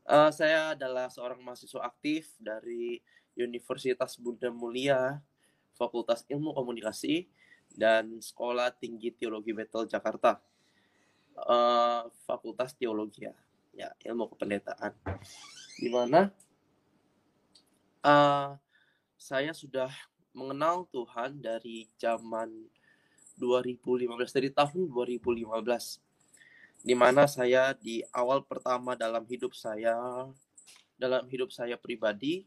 Saya adalah seorang mahasiswa aktif dari Universitas Bunda Mulia, Fakultas Ilmu Komunikasi, dan Sekolah Tinggi Teologi Betel Jakarta, Fakultas Teologi ya, Ilmu Kependetaan. Di mana uh, saya sudah mengenal Tuhan dari zaman 2015, dari tahun 2015, di mana saya di awal pertama dalam hidup saya pribadi,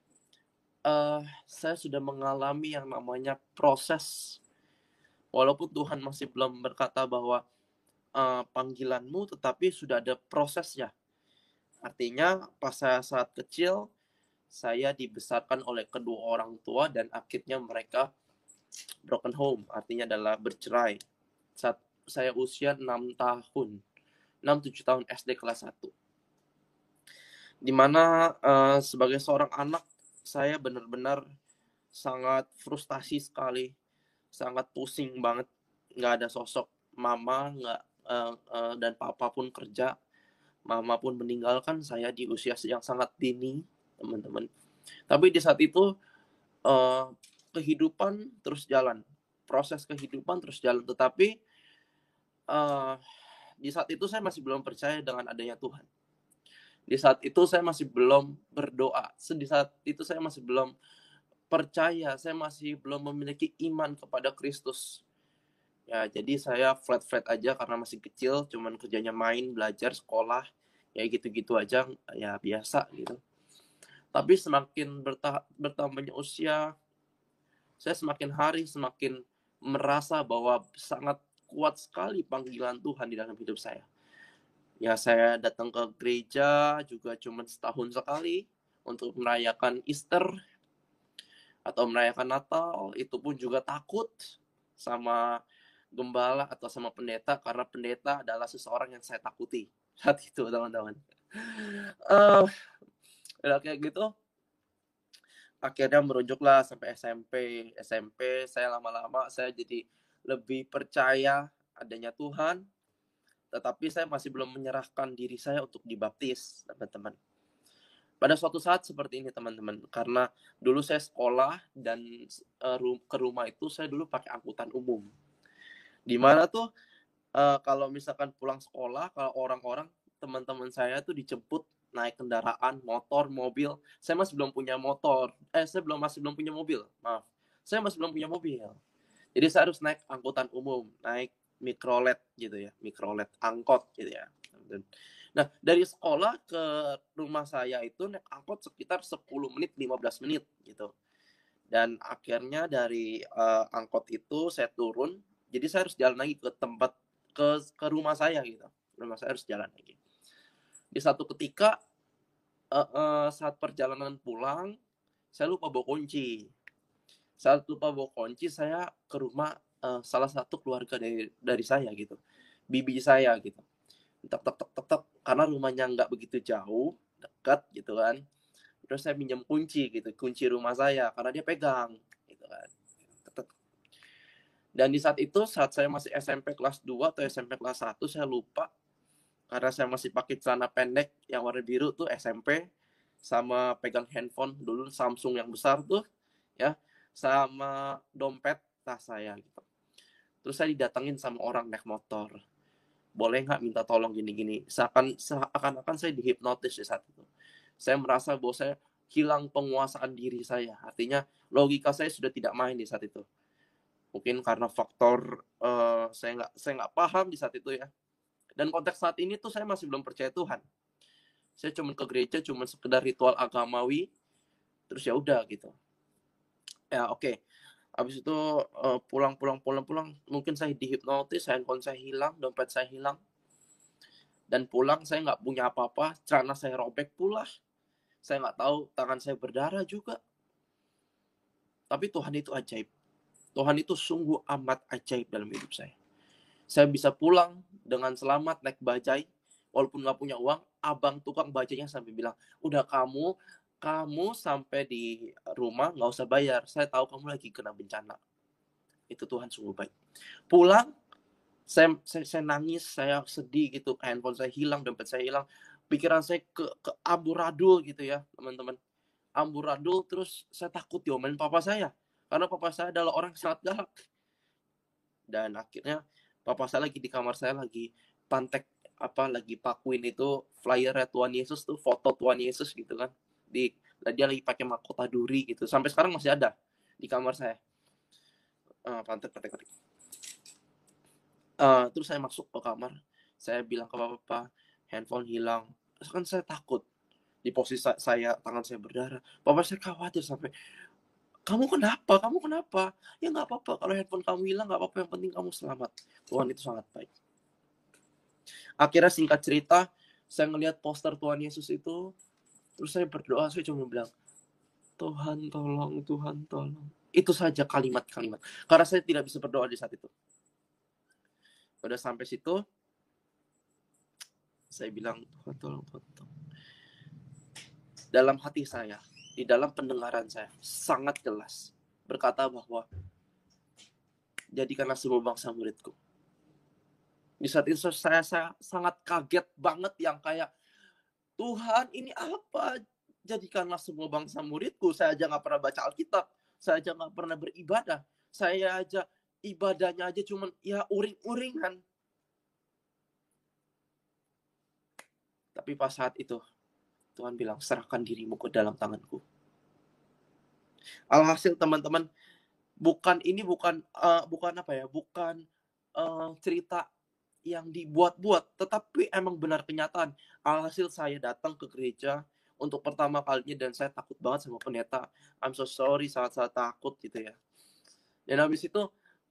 saya sudah mengalami yang namanya proses. Walaupun Tuhan masih belum berkata bahwa panggilanmu, tetapi sudah ada prosesnya. Artinya pas saya saat kecil, saya dibesarkan oleh kedua orang tua dan akhirnya mereka broken home, artinya adalah bercerai. Saat saya usia 6 tahun, 6-7 tahun SD kelas 1. Dimana sebagai seorang anak, saya benar-benar sangat frustasi sekali, sangat pusing banget, nggak ada sosok mama, nggak dan papa pun kerja, mama pun meninggalkan saya di usia yang sangat dini, teman-teman. Tapi di saat itu kehidupan terus jalan, proses kehidupan terus jalan, tetapi di saat itu saya masih belum percaya dengan adanya Tuhan. Di saat itu saya masih belum berdoa. Di saat itu saya masih belum percaya, saya masih belum memiliki iman kepada Kristus. Ya, jadi saya flat-flat aja karena masih kecil, cuman kerjanya main, belajar, sekolah, ya gitu-gitu aja, ya biasa gitu. Tapi semakin bertambahnya usia, saya semakin hari semakin merasa bahwa sangat kuat sekali panggilan Tuhan di dalam hidup saya. Ya, saya datang ke gereja juga cuma setahun sekali untuk merayakan Easter atau merayakan Natal, itu pun juga takut sama gembala atau sama pendeta, karena pendeta adalah seseorang yang saya takuti saat itu, teman-teman. Uh, kayak gitu, akhirnya merunjuklah sampai SMP. SMP saya lama-lama saya jadi lebih percaya adanya Tuhan, tetapi saya masih belum menyerahkan diri saya untuk dibaptis, teman-teman. Pada suatu saat seperti ini, teman-teman, karena dulu saya sekolah dan ke rumah itu saya dulu pakai angkutan umum. Di mana tuh kalau misalkan pulang sekolah, kalau orang-orang, teman-teman saya tuh dijemput naik kendaraan, motor, mobil. Saya masih belum punya motor. Saya masih belum punya mobil. Maaf. Saya masih belum punya mobil. Jadi saya harus naik angkutan umum, naik mikrolet gitu ya, mikrolet angkot gitu ya. Nah, dari sekolah ke rumah saya itu naik angkot sekitar 10 menit, 15 menit gitu. Dan akhirnya dari angkot itu saya turun, jadi saya harus jalan lagi ke rumah saya gitu. Rumah saya harus jalan lagi. Di satu ketika saat perjalanan pulang, saya lupa bawa kunci. Saat lupa bawa kunci, saya ke rumah salah satu keluarga dari saya gitu, bibi saya gitu. Tek tek tek tek tek, karena rumahnya nggak begitu jauh, dekat gitu kan. Terus saya minjem kunci gitu, kunci rumah saya karena dia pegang gitu kan. Tek, tek. Dan di saat itu, saat saya masih SMP kelas 2 atau SMP kelas 1, saya lupa. Karena saya masih pakai celana pendek yang warna biru tuh SMP, sama pegang handphone dulu Samsung yang besar tuh ya, sama dompet tas saya gitu. Terus saya didatengin sama orang naik motor. Boleh nggak minta tolong gini-gini? Seakan-akan saya dihipnotis di saat itu. Saya merasa bahwa saya hilang penguasaan diri saya. Artinya logika saya sudah tidak main di saat itu. Mungkin karena faktor saya nggak paham di saat itu ya. Dan konteks saat ini tuh saya masih belum percaya Tuhan. Saya cuma ke gereja, cuma sekedar ritual agamawi, terus ya udah gitu. Ya oke. Okay. Habis itu pulang, mungkin saya dihipnotis, handphone saya hilang, dompet saya hilang. Dan pulang saya nggak punya apa-apa, celana saya robek pula. Saya nggak tahu, tangan saya berdarah juga. Tapi Tuhan itu ajaib. Tuhan itu sungguh amat ajaib dalam hidup saya. Saya bisa pulang dengan selamat naik bajai, walaupun nggak punya uang. Abang tukang bajainya sampai bilang, udah kamu sampai di rumah nggak usah bayar. Saya tahu kamu lagi kena bencana. Itu Tuhan sungguh baik. Pulang, saya nangis, saya sedih gitu. Handphone saya hilang, dompet saya hilang. Pikiran saya ke amburadul gitu ya, teman-teman. Amburadul, terus saya takut diomelin papa saya. Karena papa saya adalah orang yang sangat galak. Dan akhirnya papa saya lagi di kamar saya lagi pantek lagi pakuin itu flyer Tuhan Yesus tuh, foto Tuhan Yesus gitu kan. Dia lagi pakai mahkota duri gitu. Sampai sekarang masih ada di kamar saya. Pantek. Terus saya masuk ke kamar, saya bilang ke papa, handphone hilang. Terus kan saya takut. Di posisi saya, tangan saya berdarah. Papa saya khawatir sampai, kamu kenapa? Ya nggak apa-apa, kalau handphone kamu hilang nggak apa-apa, yang penting kamu selamat. Tuhan itu sangat baik. Akhirnya singkat cerita, saya ngelihat poster Tuhan Yesus itu, terus saya berdoa, saya cuma bilang, Tuhan tolong. Itu saja kalimat-kalimat. Karena saya tidak bisa berdoa di saat itu. Udah sampai situ, saya bilang, Tuhan tolong. Dalam hati saya, di dalam pendengaran saya, sangat jelas berkata bahwa jadikanlah semua bangsa muridku. Di saat itu saya sangat kaget banget, yang kayak, Tuhan ini apa? Jadikanlah semua bangsa muridku. Saya aja gak pernah baca Alkitab. Saya aja gak pernah beribadah. Saya aja ibadahnya aja cuman ya uring-uringan. Tapi pas saat itu Tuhan bilang, serahkan dirimu ke dalam tanganku. Alhasil teman-teman, bukan cerita yang dibuat-buat, tetapi emang benar kenyataan. Alhasil saya datang ke gereja untuk pertama kalinya, dan saya takut banget sama pendeta. I'm so sorry, sangat-sangat takut gitu ya. Dan habis itu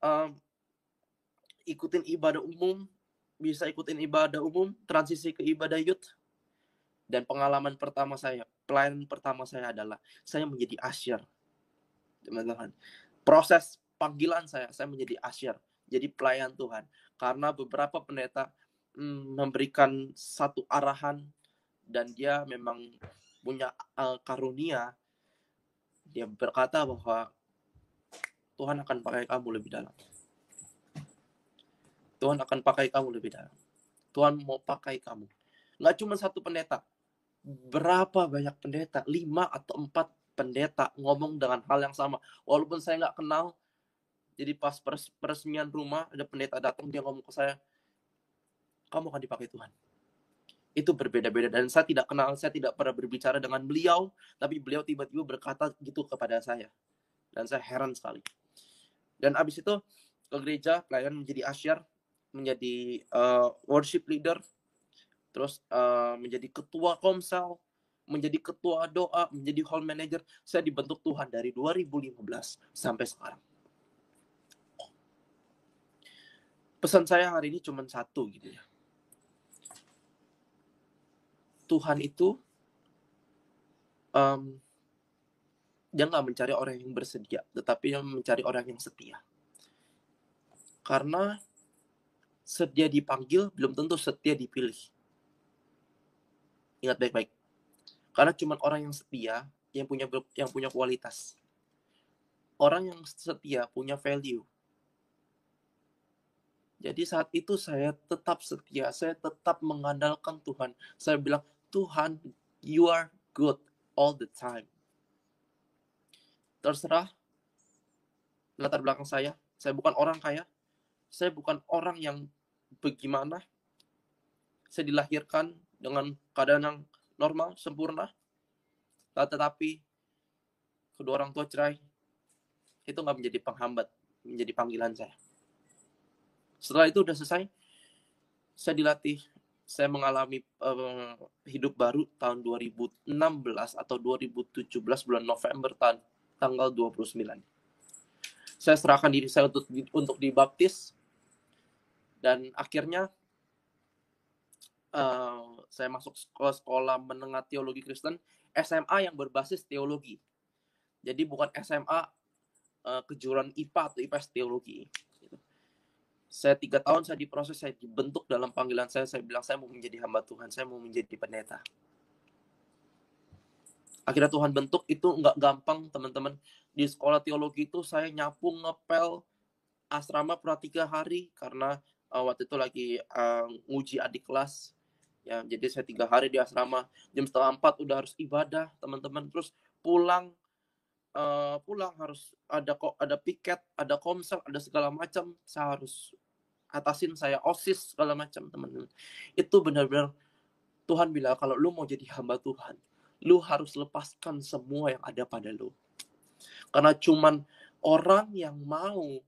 bisa ikutin ibadah umum, transisi ke ibadah youth. Dan pelayanan pertama saya adalah saya menjadi usher. Teman-teman, proses panggilan saya menjadi usher, jadi pelayan Tuhan. Karena beberapa pendeta memberikan satu arahan, dan dia memang punya karunia. Dia berkata bahwa Tuhan akan pakai kamu lebih dalam. Tuhan akan pakai kamu lebih dalam. Tuhan mau pakai kamu. Nggak cuma satu pendeta. Berapa banyak pendeta? 5 atau 4 pendeta ngomong dengan hal yang sama. Walaupun saya nggak kenal. Jadi pas peresmian rumah, ada pendeta datang, dia ngomong ke saya, kamu akan dipakai Tuhan. Itu berbeda-beda. Dan saya tidak kenal, saya tidak pernah berbicara dengan beliau. Tapi beliau tiba-tiba berkata gitu kepada saya. Dan saya heran sekali. Dan abis itu ke gereja, pelayan menjadi usher, menjadi worship leader, terus menjadi ketua komsel, menjadi ketua doa, menjadi hall manager. Saya dibentuk Tuhan dari 2015 sampai sekarang. Pesan saya hari ini cuma satu gitu ya. Tuhan itu dia nggak mencari orang yang bersedia, tetapi yang mencari orang yang setia. Karena setia dipanggil belum tentu setia dipilih. Ingat baik-baik. Karena cuma orang yang setia yang punya kualitas. Orang yang setia punya value. Jadi saat itu saya tetap setia, saya tetap mengandalkan Tuhan. Saya bilang, Tuhan, you are good all the time. Terserah latar belakang saya bukan orang kaya, saya bukan orang yang bagaimana, saya dilahirkan dengan keadaan yang normal, sempurna, tetapi kedua orang tua cerai, itu nggak menjadi penghambat, menjadi panggilan saya. Setelah itu udah selesai, saya dilatih, saya mengalami hidup baru tahun 2016 atau 2017 bulan November tanggal 29. Saya serahkan diri saya untuk dibaptis, dan akhirnya saya masuk sekolah menengah teologi Kristen, SMA yang berbasis teologi. Jadi bukan SMA kejuruan IPA atau IPS teologi. Saya 3 tahun saya diproses, saya dibentuk dalam panggilan saya bilang saya mau menjadi hamba Tuhan, saya mau menjadi pendeta. Akhirnya Tuhan bentuk, itu nggak gampang teman-teman. Di sekolah teologi itu saya nyapu, ngepel asrama per 3 hari, karena waktu itu lagi nguji adik kelas Ya, jadi saya 3 hari di asrama, jam setengah 4 udah harus ibadah, teman-teman. Terus pulang, pulang harus ada piket, ada komsel, ada segala macam. Saya harus atasin, saya OSIS segala macam, teman-teman. Itu benar-benar Tuhan bilang kalau lu mau jadi hamba Tuhan, lu harus lepaskan semua yang ada pada lu. Karena cuman orang yang mau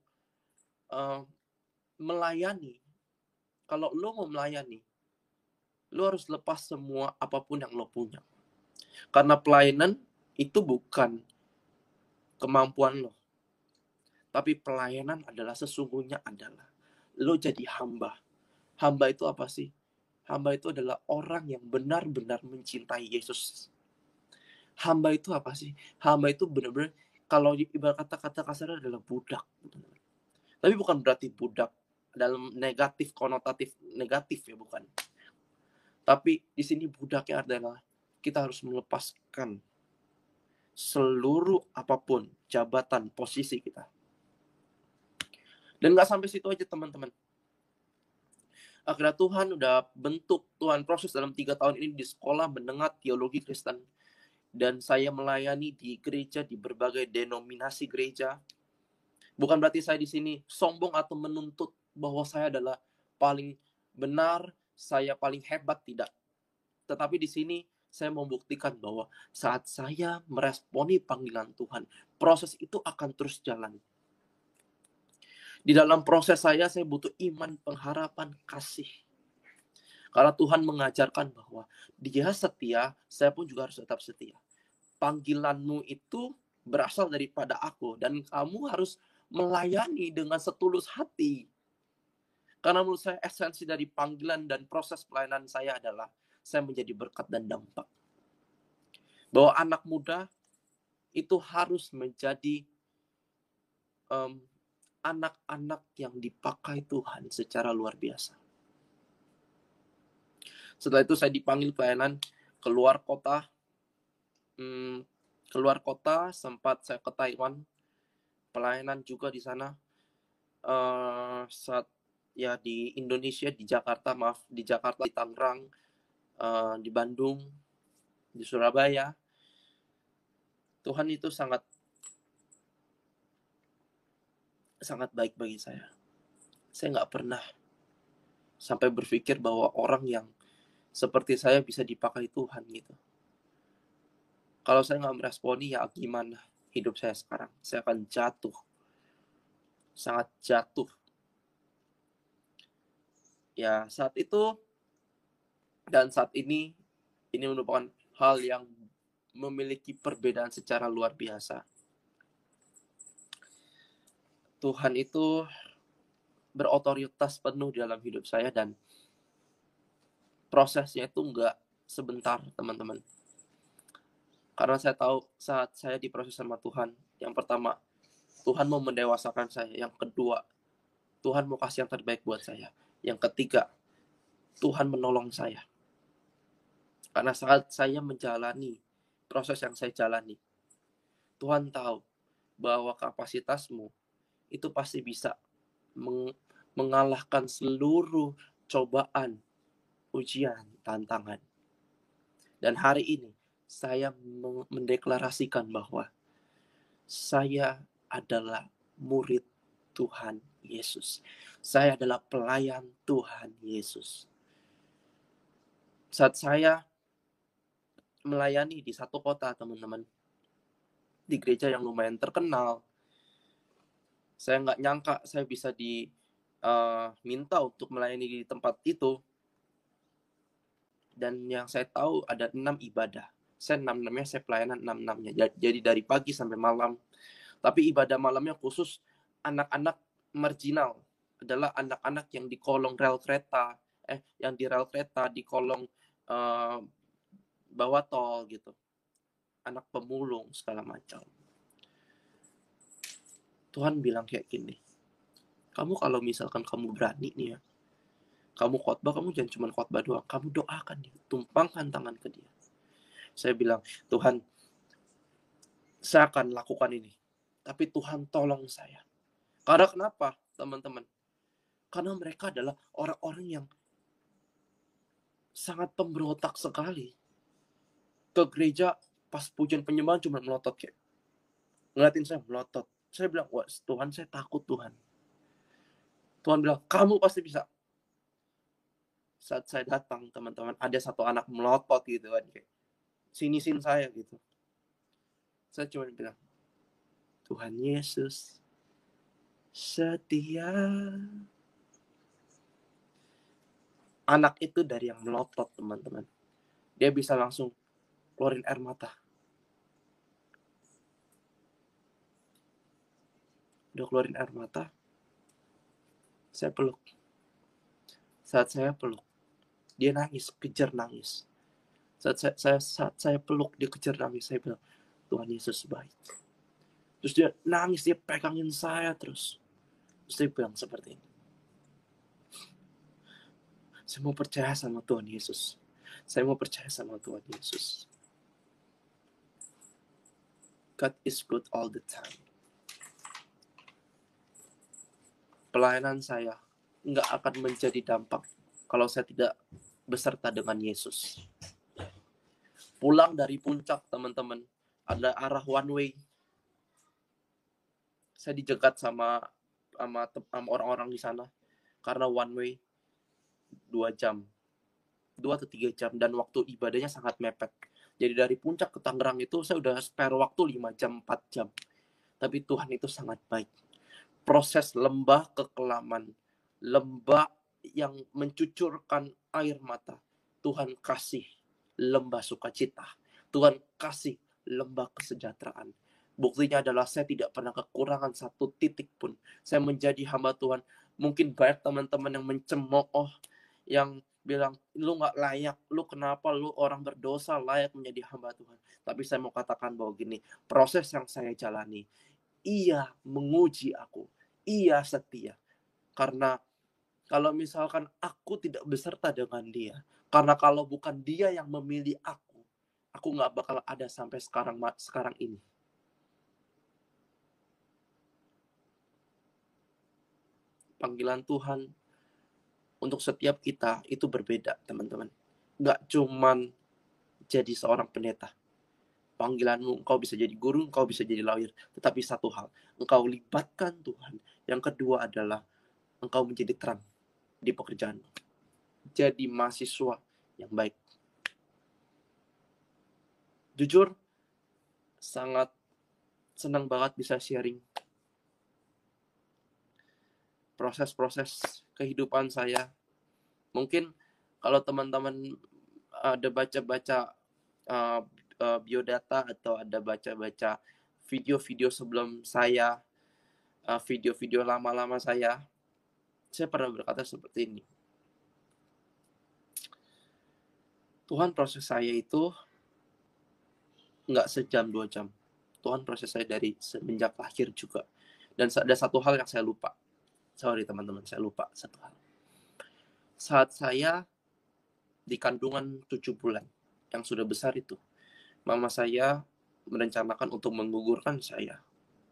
melayani, kalau lu mau melayani, lu harus lepas semua apapun yang lo punya. Karena pelayanan itu bukan kemampuan lo, tapi pelayanan adalah sesungguhnya adalah lo jadi hamba. Hamba itu apa sih? Hamba itu adalah orang yang benar-benar mencintai Yesus. Hamba itu apa sih? Hamba itu benar-benar, kalau ibarat kata-kata kasarnya adalah budak. Tapi bukan berarti budak dalam negatif, konotatif negatif ya, bukan. Tapi di sini budaknya adalah kita harus melepaskan seluruh apapun jabatan, posisi kita. Dan gak sampai situ aja, teman-teman. Akhirnya Tuhan udah bentuk, Tuhan proses dalam 3 tahun ini di sekolah mendengar teologi Kristen. Dan saya melayani di gereja, di berbagai denominasi gereja. Bukan berarti saya di sini sombong atau menuntut bahwa saya adalah paling benar, saya paling hebat, tidak. Tetapi di sini saya membuktikan bahwa saat saya meresponi panggilan Tuhan, proses itu akan terus jalan. Di dalam proses saya butuh iman, pengharapan, kasih. Karena Tuhan mengajarkan bahwa Dia setia, saya pun juga harus tetap setia. Panggilanmu itu berasal daripada aku, dan kamu harus melayani dengan setulus hati. Karena menurut saya esensi dari panggilan dan proses pelayanan saya adalah saya menjadi berkat dan dampak. Bahwa anak muda itu harus menjadi anak-anak yang dipakai Tuhan secara luar biasa. Setelah itu saya dipanggil pelayanan keluar kota. Keluar kota, sempat saya ke Taiwan, pelayanan juga di sana. Saat ya di Indonesia, di Jakarta, di Tangerang, di Bandung, di Surabaya. Tuhan itu sangat baik bagi saya. Saya nggak pernah sampai berpikir bahwa orang yang seperti saya bisa dipakai Tuhan gitu. Kalau saya nggak meresponi, ya gimana hidup saya sekarang? Saya akan jatuh. Sangat jatuh. Ya, saat itu dan saat ini merupakan hal yang memiliki perbedaan secara luar biasa. Tuhan itu berotoritas penuh dalam hidup saya, dan prosesnya itu nggak sebentar, teman-teman. Karena saya tahu saat saya diproses sama Tuhan, yang pertama, Tuhan mau mendewasakan saya. Yang kedua, Tuhan mau kasih yang terbaik buat saya. Yang ketiga, Tuhan menolong saya. Karena saat saya menjalani proses yang saya jalani, Tuhan tahu bahwa kapasitasmu itu pasti bisa mengalahkan seluruh cobaan, ujian, tantangan. Dan hari ini saya mendeklarasikan bahwa saya adalah murid Tuhan Yesus. Saya adalah pelayan Tuhan Yesus. Saat saya melayani di satu kota, teman-teman, di gereja yang lumayan terkenal, saya nggak nyangka saya bisa diminta untuk melayani di tempat itu. Dan yang saya tahu ada 6 ibadah. Saya 6-6-nya saya pelayanan 6-6-nya. Jadi dari pagi sampai malam. Tapi ibadah malamnya khusus anak-anak marginal. Adalah anak-anak yang di kolong rel kereta. Yang di rel kereta, di kolong bawah tol gitu. Anak pemulung, segala macam. Tuhan bilang kayak gini. Kamu kalau misalkan kamu berani nih ya, kamu khotbah, kamu jangan cuma khotbah doang. Kamu doakan dia. Tumpangkan tangan ke dia. Saya bilang, Tuhan, saya akan lakukan ini. Tapi Tuhan tolong saya. Karena kenapa, teman-teman? Karena mereka adalah orang-orang yang sangat pemberontak sekali. Ke gereja pas pujian penyembahan cuma melotot kayak. Ngeliatin saya melotot. Saya bilang, wah Tuhan, saya takut Tuhan. Tuhan bilang, kamu pasti bisa. Saat saya datang, teman-teman, ada satu anak melotot gitu kan. Kayak, sinisin saya gitu. Saya cuma bilang, Tuhan Yesus setia. Anak itu dari yang melotot, teman-teman. Dia bisa langsung keluarin air mata. Udah keluarin air mata, saya peluk. Saat saya peluk, dia nangis, kejar nangis. Saat saya peluk, dia kejar nangis. Saya bilang, Tuhan Yesus baik. Terus dia nangis, dia pegangin saya terus. Terus dia bilang seperti ini. Saya mau percaya sama Tuhan Yesus. Saya mau percaya sama Tuhan Yesus. God is good all the time. Pelayanan saya nggak akan menjadi dampak kalau saya tidak beserta dengan Yesus. Pulang dari puncak, teman-teman, ada arah one way. Saya dijegat sama orang-orang di sana karena one way 2 jam. 2 atau 3 jam dan waktu ibadahnya sangat mepet. Jadi dari puncak ke Tangerang itu saya udah spare waktu 5 jam, 4 jam. Tapi Tuhan itu sangat baik. Proses lembah kekelaman, lembah yang mencucurkan air mata, Tuhan kasih lembah sukacita. Tuhan kasih lembah kesejahteraan. Buktinya adalah saya tidak pernah kekurangan satu titik pun. Saya menjadi hamba Tuhan. Mungkin banyak teman-teman yang mencemooh, yang bilang, lu gak layak, lu kenapa, lu orang berdosa layak menjadi hamba Tuhan. Tapi saya mau katakan bahwa gini, proses yang saya jalani, Ia menguji aku, Ia setia. Karena kalau misalkan aku tidak beserta dengan Dia, karena kalau bukan Dia yang memilih aku gak bakal ada sampai sekarang ini. Panggilan Tuhan untuk setiap kita itu berbeda, teman-teman. Gak cuman jadi seorang pendeta. Panggilanmu, engkau bisa jadi guru, engkau bisa jadi lawyer. Tetapi satu hal, engkau libatkan Tuhan. Yang kedua adalah, engkau menjadi terang di pekerjaanmu. Jadi mahasiswa yang baik. Jujur, sangat senang banget bisa sharing proses-proses kehidupan saya. Mungkin kalau teman-teman ada baca-baca biodata atau ada baca-baca video-video sebelum saya, video-video lama-lama saya pernah berkata seperti ini. Tuhan proses saya itu nggak sejam 2 jam. Tuhan proses saya dari semenjak lahir juga. Dan ada satu hal yang saya lupa. Sorry teman-teman, saya lupa satu hal. Saat saya di kandungan 7 bulan, yang sudah besar itu, mama saya merencanakan untuk menggugurkan saya.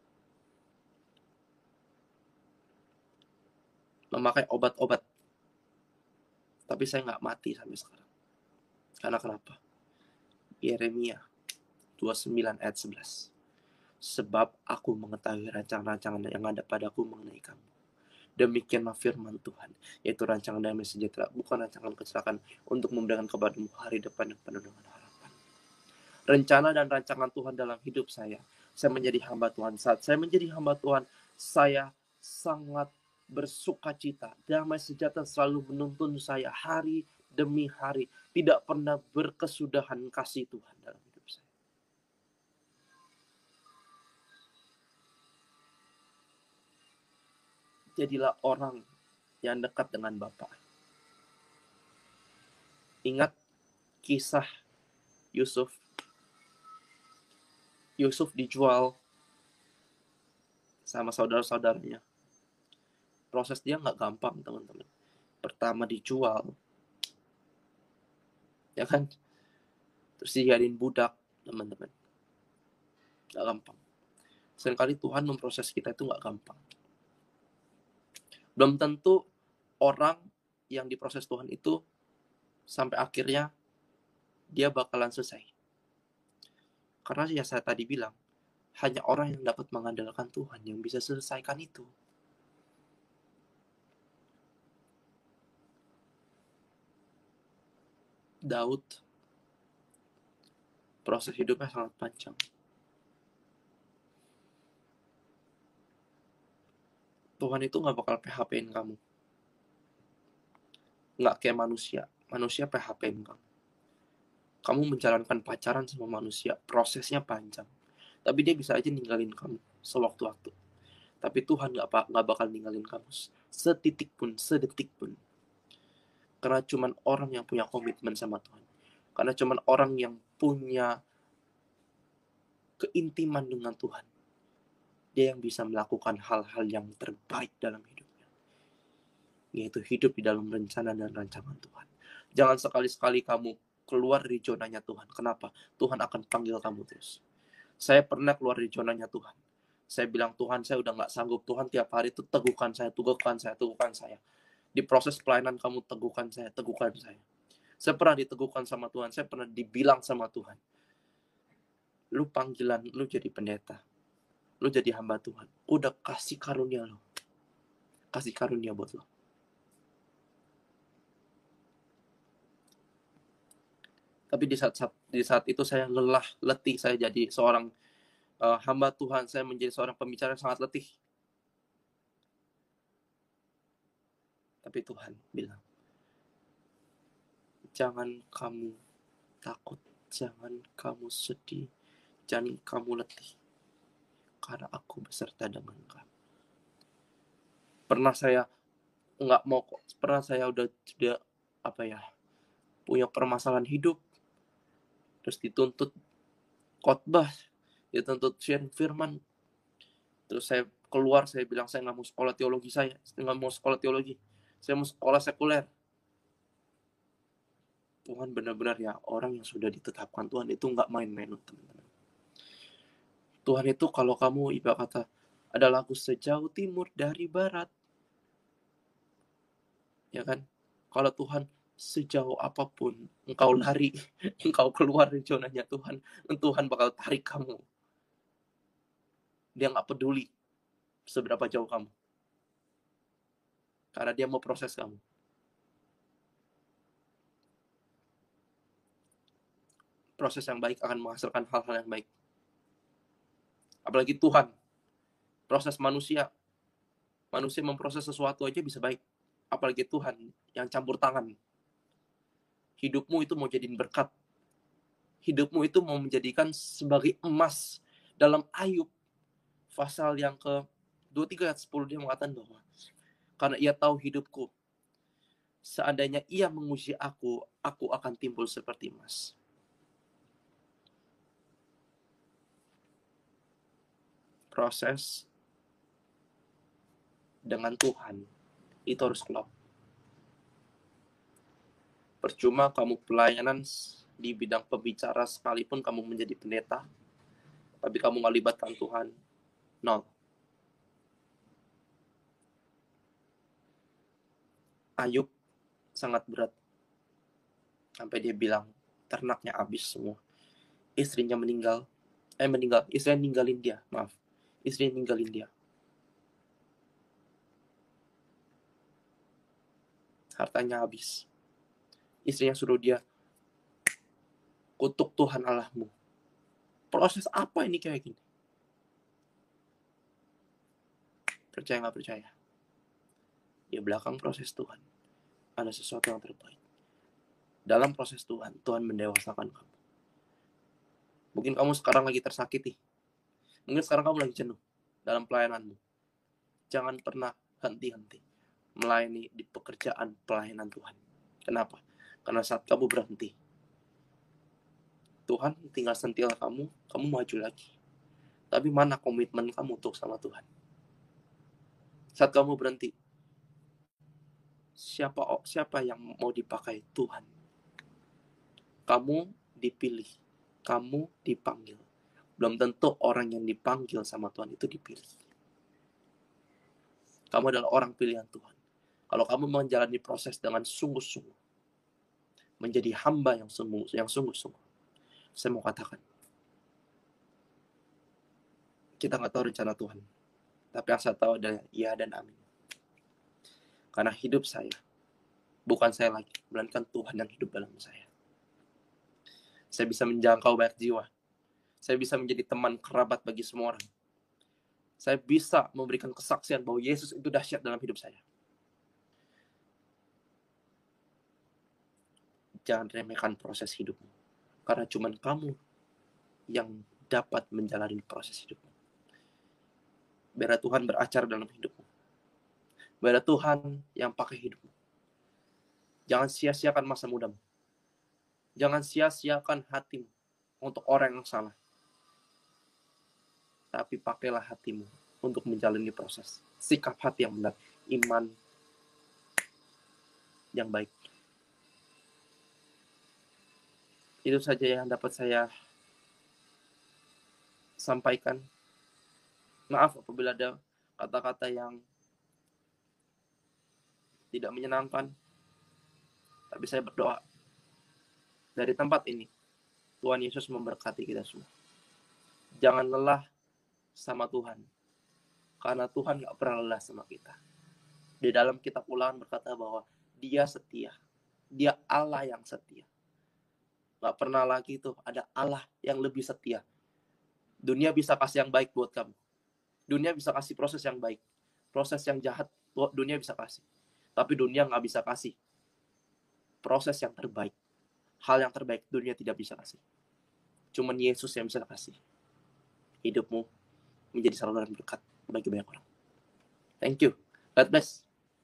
Memakai obat-obat. Tapi saya nggak mati sampai sekarang. Karena kenapa? Yeremia 29 ayat 11. Sebab aku mengetahui rancangan-rancangan yang ada padaku mengenai kamu. Demikianlah firman Tuhan, yaitu rancangan damai sejahtera, bukan rancangan kecelakaan, untuk memberikan kepadamu hari depan yang penuh dengan harapan. Rencana dan rancangan Tuhan dalam hidup saya menjadi hamba Tuhan. Saat saya menjadi hamba Tuhan, saya sangat bersuka cita. Damai sejahtera selalu menuntun saya hari demi hari. Tidak pernah berkesudahan kasih Tuhan dalam hidup saya. Jadilah orang yang dekat dengan Bapa. Ingat kisah Yusuf. Yusuf dijual sama saudara-saudaranya. Proses dia nggak gampang, teman-teman. Pertama dijual, ya kan? Terus dijadiin budak, teman-teman. Nggak gampang. Seringkali Tuhan memproses kita itu nggak gampang. Belum tentu orang yang diproses Tuhan itu sampai akhirnya dia bakalan selesai. Karena ya saya tadi bilang, hanya orang yang dapat mengandalkan Tuhan yang bisa selesaikan itu. Daud, proses hidupnya sangat panjang. Tuhan itu gak bakal PHP-in kamu. Gak kayak manusia. Manusia PHP-in kamu. Kamu menjalankan pacaran sama manusia, prosesnya panjang. Tapi dia bisa aja ninggalin kamu sewaktu-waktu. Tapi Tuhan gak bakal ninggalin kamu setitik pun, sedetik pun. Karena cuman orang yang punya komitmen sama Tuhan. Karena cuman orang yang punya keintiman dengan Tuhan. Dia yang bisa melakukan hal-hal yang terbaik dalam hidupnya. Yaitu hidup di dalam rencana dan rancangan Tuhan. Jangan sekali-sekali kamu keluar dari zonanya Tuhan. Kenapa? Tuhan akan panggil kamu terus. Saya pernah keluar dari zonanya Tuhan. Saya bilang, Tuhan saya udah gak sanggup. Tuhan tiap hari itu teguhkan saya, teguhkan saya, teguhkan saya. Di proses pelayanan kamu teguhkan saya, teguhkan saya. Saya pernah diteguhkan sama Tuhan. Saya pernah dibilang sama Tuhan, lu panggilan, lu jadi pendeta. Lu jadi hamba Tuhan. Udah kasih karunia lu. Kasih karunia buat lu. Tapi di saat itu saya lelah, letih. Saya jadi seorang hamba Tuhan. Saya menjadi seorang pembicara yang sangat letih. Tapi Tuhan bilang, jangan kamu takut. Jangan kamu sedih. Jangan kamu letih. Karena aku beserta dengan kamu. Pernah saya nggak mau kok. Pernah saya udah punya permasalahan hidup. Terus dituntut khotbah, dituntut sharing firman. Terus saya keluar, saya bilang saya nggak mau sekolah teologi, saya nggak mau sekolah teologi, saya mau sekolah sekuler. Tuhan benar-benar ya, orang yang sudah ditetapkan Tuhan itu nggak main-main, teman-teman. Tuhan itu kalau kamu ibarat kata, ada lagu sejauh timur dari barat, ya kan? Kalau Tuhan sejauh apapun engkau lari, engkau keluar dari zonanya Tuhan, Tuhan bakal tarik kamu. Dia nggak peduli seberapa jauh kamu, karena dia mau proses kamu. Proses yang baik akan menghasilkan hal-hal yang baik. Apalagi Tuhan, proses manusia memproses sesuatu aja bisa baik. Apalagi Tuhan yang campur tangan. Hidupmu itu mau jadiin berkat. Hidupmu itu mau menjadikan sebagai emas. Dalam Ayub, pasal yang ke-23 ayat 10, dia mengatakan bahwa karena ia tahu hidupku, seandainya ia menguji aku akan timbul seperti emas. Proses dengan Tuhan itu harus klop. Percuma kamu pelayanan di bidang pembicara sekalipun kamu menjadi pendeta, tapi kamu nggak libatkan Tuhan, nol. Ayub sangat berat. Sampai dia bilang, ternaknya habis semua. Istrinya meninggal. Istrinya ninggalin dia, maaf. Istrinya ninggalin dia. Hartanya habis. Istrinya suruh dia, kutuk Tuhan Allahmu. Proses apa ini kayak gini? Percaya nggak percaya? Di belakang proses Tuhan, ada sesuatu yang terbaik. Dalam proses Tuhan mendewasakan kamu. Mungkin kamu sekarang lagi tersakiti. Mungkin sekarang kamu lagi jenuh dalam pelayananmu. Jangan pernah henti-henti melayani di pekerjaan pelayanan Tuhan. Kenapa? Karena saat kamu berhenti, Tuhan tinggal sentil kamu maju lagi. Tapi mana komitmen kamu untuk sama Tuhan? Saat kamu berhenti, siapa yang mau dipakai Tuhan? Kamu dipilih, kamu dipanggil. Belum tentu orang yang dipanggil sama Tuhan itu dipilih. Kamu adalah orang pilihan Tuhan. Kalau kamu menjalani proses dengan sungguh-sungguh, menjadi hamba yang sungguh-sungguh. Saya mau katakan, kita nggak tahu rencana Tuhan, tapi yang saya tahu adalah ya dan amin. Karena hidup saya bukan saya lagi, melainkan Tuhan yang hidup dalam saya. Saya bisa menjangkau banyak jiwa. Saya bisa menjadi teman kerabat bagi semua orang. Saya bisa memberikan kesaksian bahwa Yesus itu dahsyat dalam hidup saya. Jangan remehkan proses hidupmu. Karena cuma kamu yang dapat menjalani proses hidupmu. Biar Tuhan beracara dalam hidupmu. Biar Tuhan yang pakai hidupmu. Jangan sia-siakan masa mudamu. Jangan sia-siakan hatimu untuk orang yang salah. Tapi pakailah hatimu untuk menjalani proses. Sikap hati yang benar. Iman yang baik. Itu saja yang dapat saya sampaikan. Maaf apabila ada kata-kata yang tidak menyenangkan. Tapi saya berdoa. Dari tempat ini, Tuhan Yesus memberkati kita semua. Jangan lelah sama Tuhan. Karena Tuhan gak pernah lelah sama kita. Di dalam kitab Ulangan berkata bahwa Dia setia. Dia Allah yang setia. Gak pernah lagi tuh ada Allah yang lebih setia. Dunia bisa kasih yang baik buat kamu. Dunia bisa kasih proses yang baik. Proses yang jahat, dunia bisa kasih. Tapi dunia gak bisa kasih proses yang terbaik. Hal yang terbaik dunia tidak bisa kasih. Cuman Yesus yang bisa kasih. Hidupmu menjadi saluran berkat bagi banyak orang. Thank you. God bless.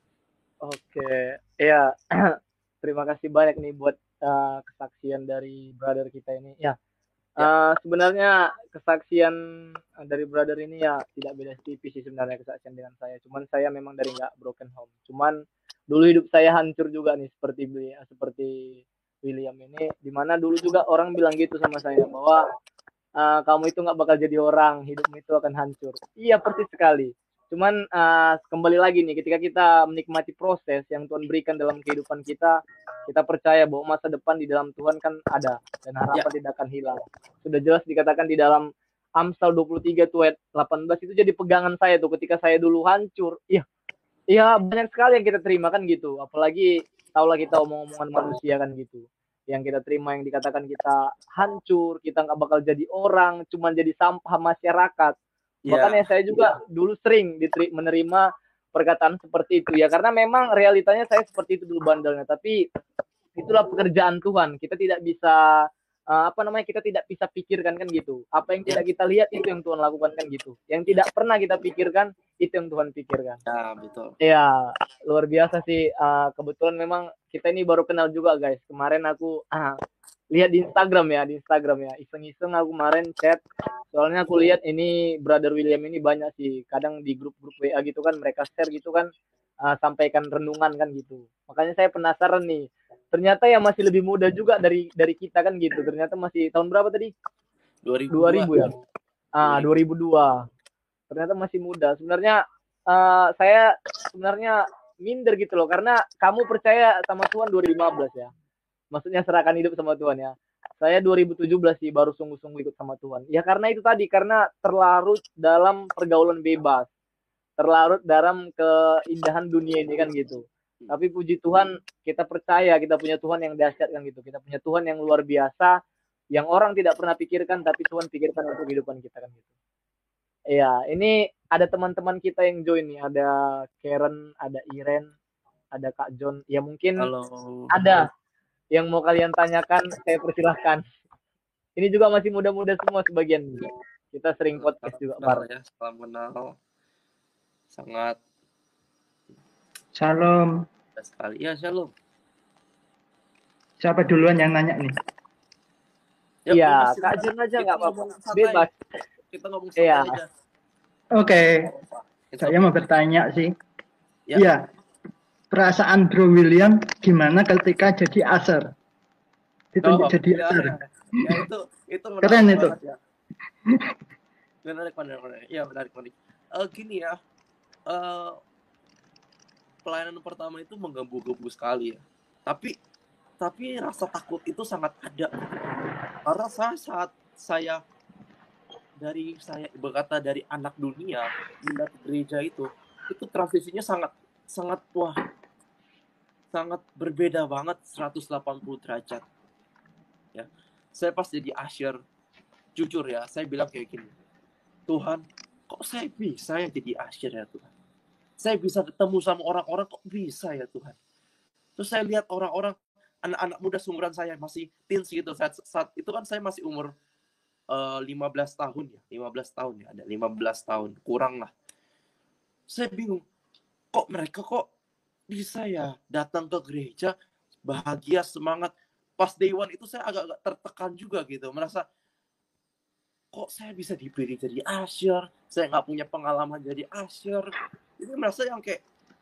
Oke, ya. Terima kasih banyak nih buat kesaksian dari brother kita ini. Ya, sebenarnya kesaksian dari brother ini ya tidak beda tipis sih sebenarnya kesaksian dengan saya. Cuman saya memang dari nggak broken home. Cuman dulu hidup saya hancur juga nih seperti William ini. Dimana dulu juga orang bilang gitu sama saya bahwa kamu itu nggak bakal jadi orang, hidupmu itu akan hancur. Iya persis sekali. Cuman kembali lagi nih, ketika kita menikmati proses yang Tuhan berikan dalam kehidupan kita, kita percaya bahwa masa depan di dalam Tuhan kan ada dan harapan tidak akan hilang. Sudah jelas dikatakan di dalam Amsal 23 ayat 18 itu jadi pegangan saya tuh ketika saya dulu hancur. Iya banyak sekali yang kita terima kan gitu. Apalagi taulah kita omong-omongan manusia kan gitu. Yang kita terima yang dikatakan kita hancur, kita nggak bakal jadi orang, cuma jadi sampah masyarakat. Makanya saya juga dulu sering menerima perkataan seperti itu ya, karena memang realitanya saya seperti itu dulu bandelnya. Tapi itulah pekerjaan Tuhan. Kita tidak bisa kita tidak bisa pikirkan kan gitu. Apa yang tidak kita lihat itu yang Tuhan lakukan kan gitu. Yang tidak pernah kita pikirkan itu yang Tuhan pikirkan. Ya, betul. Ya, luar biasa sih. Kebetulan memang kita ini baru kenal juga guys. Kemarin aku lihat di Instagram ya, iseng-iseng aku kemarin chat. Soalnya aku lihat ini brother William ini banyak sih. Kadang di grup-grup WA gitu kan mereka share gitu kan, sampaikan renungan kan gitu. Makanya saya penasaran nih. Ternyata yang masih lebih muda juga dari kita kan gitu. Ternyata masih tahun berapa tadi? 2000 ya. 2002. Ternyata masih muda. Sebenarnya saya sebenarnya minder gitu loh, karena kamu percaya sama Tuhan 2015 ya. Maksudnya serahkan hidup sama Tuhan ya. Saya 2017 sih baru sungguh-sungguh ikut sama Tuhan. Ya karena itu tadi, karena terlarut dalam pergaulan bebas. Terlarut dalam keindahan dunia ini kan gitu. Tapi puji Tuhan, kita percaya kita punya Tuhan yang dahsyat kan gitu. Kita punya Tuhan yang luar biasa, yang orang tidak pernah pikirkan, tapi Tuhan pikirkan untuk kehidupan kita kan gitu. Ya, ini ada teman-teman kita yang join nih. Ada Karen, ada Iren, ada Kak John. Ya mungkin ada yang mau kalian tanyakan, saya persilahkan. Ini juga masih muda-muda semua sebagian. Kita sering podcast juga bareng. Ya, salam kenal. Sangat. Shalom. Sekali. Ya, shalom. Siapa duluan yang nanya nih? Iya, Kak John aja nggak apa-apa. Bebas. Kita ngomong santai aja. Oke. Saya mau bertanya sih. Iya. Perasaan Bro William gimana ketika jadi aser? Ditunjuk jadi aser. Ya itu keren itu. Ya. Menarik. Iya, menarik. Gini ya. Pelayanan pertama itu menggebu-gebu sekali ya. Tapi tapi rasa takut itu sangat ada. Karena saat saya berkata dari anak dunia pindah ke gereja itu transisinya sangat berbeda banget 180 derajat. Ya. Saya pas jadi usher, jujur ya, saya bilang kayak gini. Tuhan, kok saya bisa ya jadi usher ya Tuhan? Saya bisa ketemu sama orang-orang, kok bisa ya Tuhan? Terus saya lihat orang-orang, anak-anak muda seumuran saya, masih teens gitu. Saat itu kan saya masih umur 15 tahun ya. 15 tahun ya, ada 15 tahun. Kurang lah. Saya bingung, kok mereka kok bisa ya datang ke gereja, bahagia, semangat. Pas day one itu saya agak tertekan juga gitu. Merasa, kok saya bisa dipilih jadi usher? Saya nggak punya pengalaman jadi usher. Ini merasa yang kayak,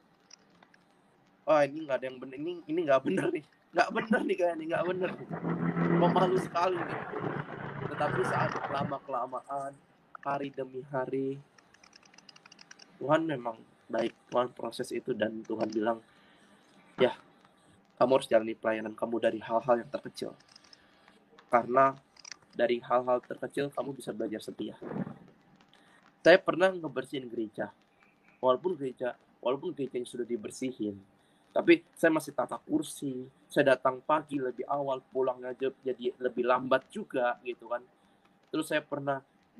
ini nggak ada yang benar, ini nggak benar nih, nggak benar nih kayaknya, nggak benar nih, memalu sekali nih. Tetapi saat lama kelamaan, hari demi hari, Tuhan memang baik, Tuhan proses itu, dan Tuhan bilang, ya kamu harus jalani pelayanan kamu dari hal-hal yang terkecil, karena dari hal-hal terkecil kamu bisa belajar setia. Saya pernah ngebersihin gereja, walaupun gerejanya sudah dibersihin, tapi saya masih tata kursi, saya datang pagi lebih awal, pulangnya jadi lebih lambat juga gitu kan. Terus saya pernah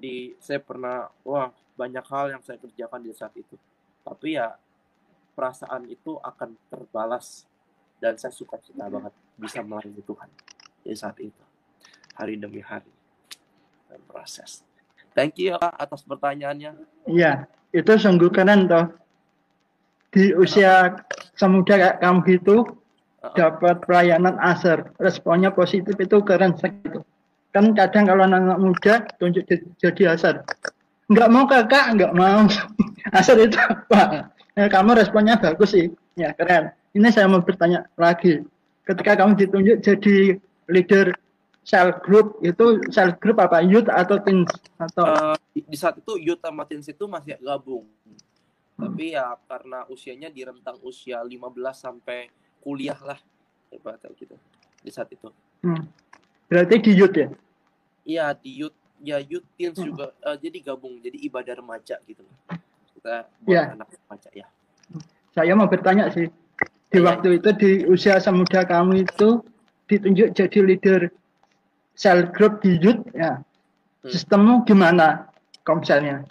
banyak hal yang saya kerjakan di saat itu. Tapi ya perasaan itu akan terbalas, dan saya sukacita banget bisa melayani Tuhan di saat itu, hari demi hari, dan proses. Thank you ya Kak atas pertanyaannya. Iya, itu sungguh keren toh. Di usia semuda kayak kamu gitu, dapat pelayanan usher, responnya positif, itu keren sekali. Kan kadang kalau anak muda tunjuk jadi usher, nggak mau kakak, nggak mau. Usher itu apa? Nah, kamu responnya bagus sih, ya keren. Ini saya mau bertanya lagi, ketika kamu ditunjuk jadi leader cell group, itu cell group apa, youth atau teens atau? Di saat itu youth sama teens itu masih gabung. Tapi ya karena usianya di rentang usia 15 sampai kuliah lah, gitu di saat itu. Berarti di youth ya? Iya, di youth, ya youth teens juga, jadi gabung, jadi ibadah remaja gitu. Kita buat anak remaja ya. Saya mau bertanya sih, di waktu itu di usia semuda kamu itu ditunjuk jadi leader cell group di youth ya. Sistemmu gimana komselnya?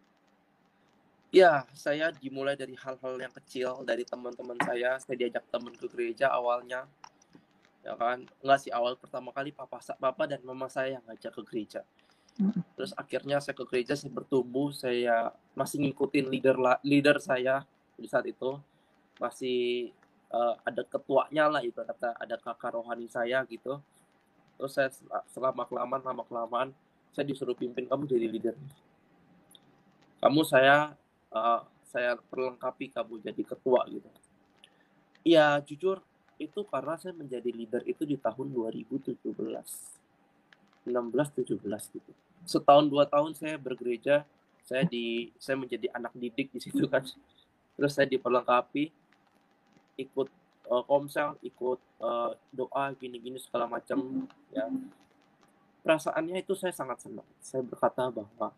Ya, saya dimulai dari hal-hal yang kecil, dari teman-teman saya diajak teman ke gereja awalnya. Ya kan, nggak sih, awal pertama kali papa dan mama saya yang ngajak ke gereja. Terus akhirnya saya ke gereja, saya bertumbuh, saya masih ngikutin leader saya di saat itu. Masih ada ketuanya lah, itu ada kakak rohani saya gitu. Terus saya lama kelamaan saya disuruh pimpin, kamu jadi leader. Kamu saya perlengkapi kamu jadi ketua gitu. Ya jujur itu karena saya menjadi leader itu di tahun 2017, 16, 17 gitu. Setahun 2 tahun saya bergereja, saya menjadi anak didik di situ kan. Terus saya diperlengkapi, ikut komsel, ikut doa gini-gini segala macam ya. Perasaannya itu saya sangat senang. Saya berkata bahwa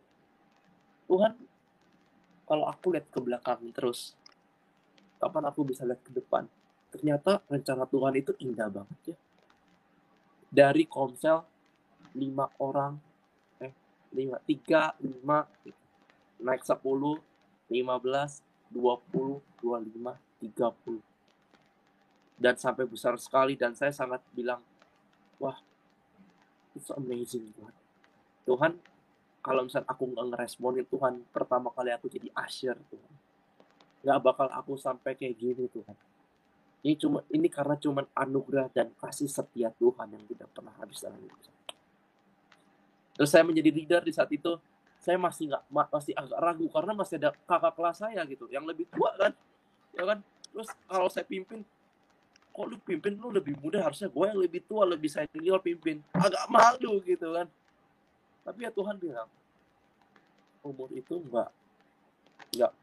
Tuhan, kalau aku lihat ke belakang terus, kapan aku bisa lihat ke depan? Ternyata rencana Tuhan itu indah banget ya. Dari komsel 5 orang, 3, 5, naik 10, 15, 20, 25, 30. Dan sampai besar sekali, dan saya sangat bilang, wah, it's amazing Tuhan. Tuhan, kalau misalnya aku nggak ngeresponin Tuhan, pertama kali aku jadi usher Tuhan, nggak bakal aku sampai kayak gini Tuhan. Ini karena cuma anugerah dan kasih setia Tuhan yang tidak pernah habis dalam hidup saya. Terus saya menjadi leader di saat itu, saya masih agak ragu karena masih ada kakak kelas saya gitu, yang lebih tua kan, ya kan. Terus kalau saya pimpin, kok lu pimpin, lu lebih muda, harusnya gue yang lebih tua, lebih senior pimpin, agak malu gitu kan. Tapi ya Tuhan bilang, umur itu nggak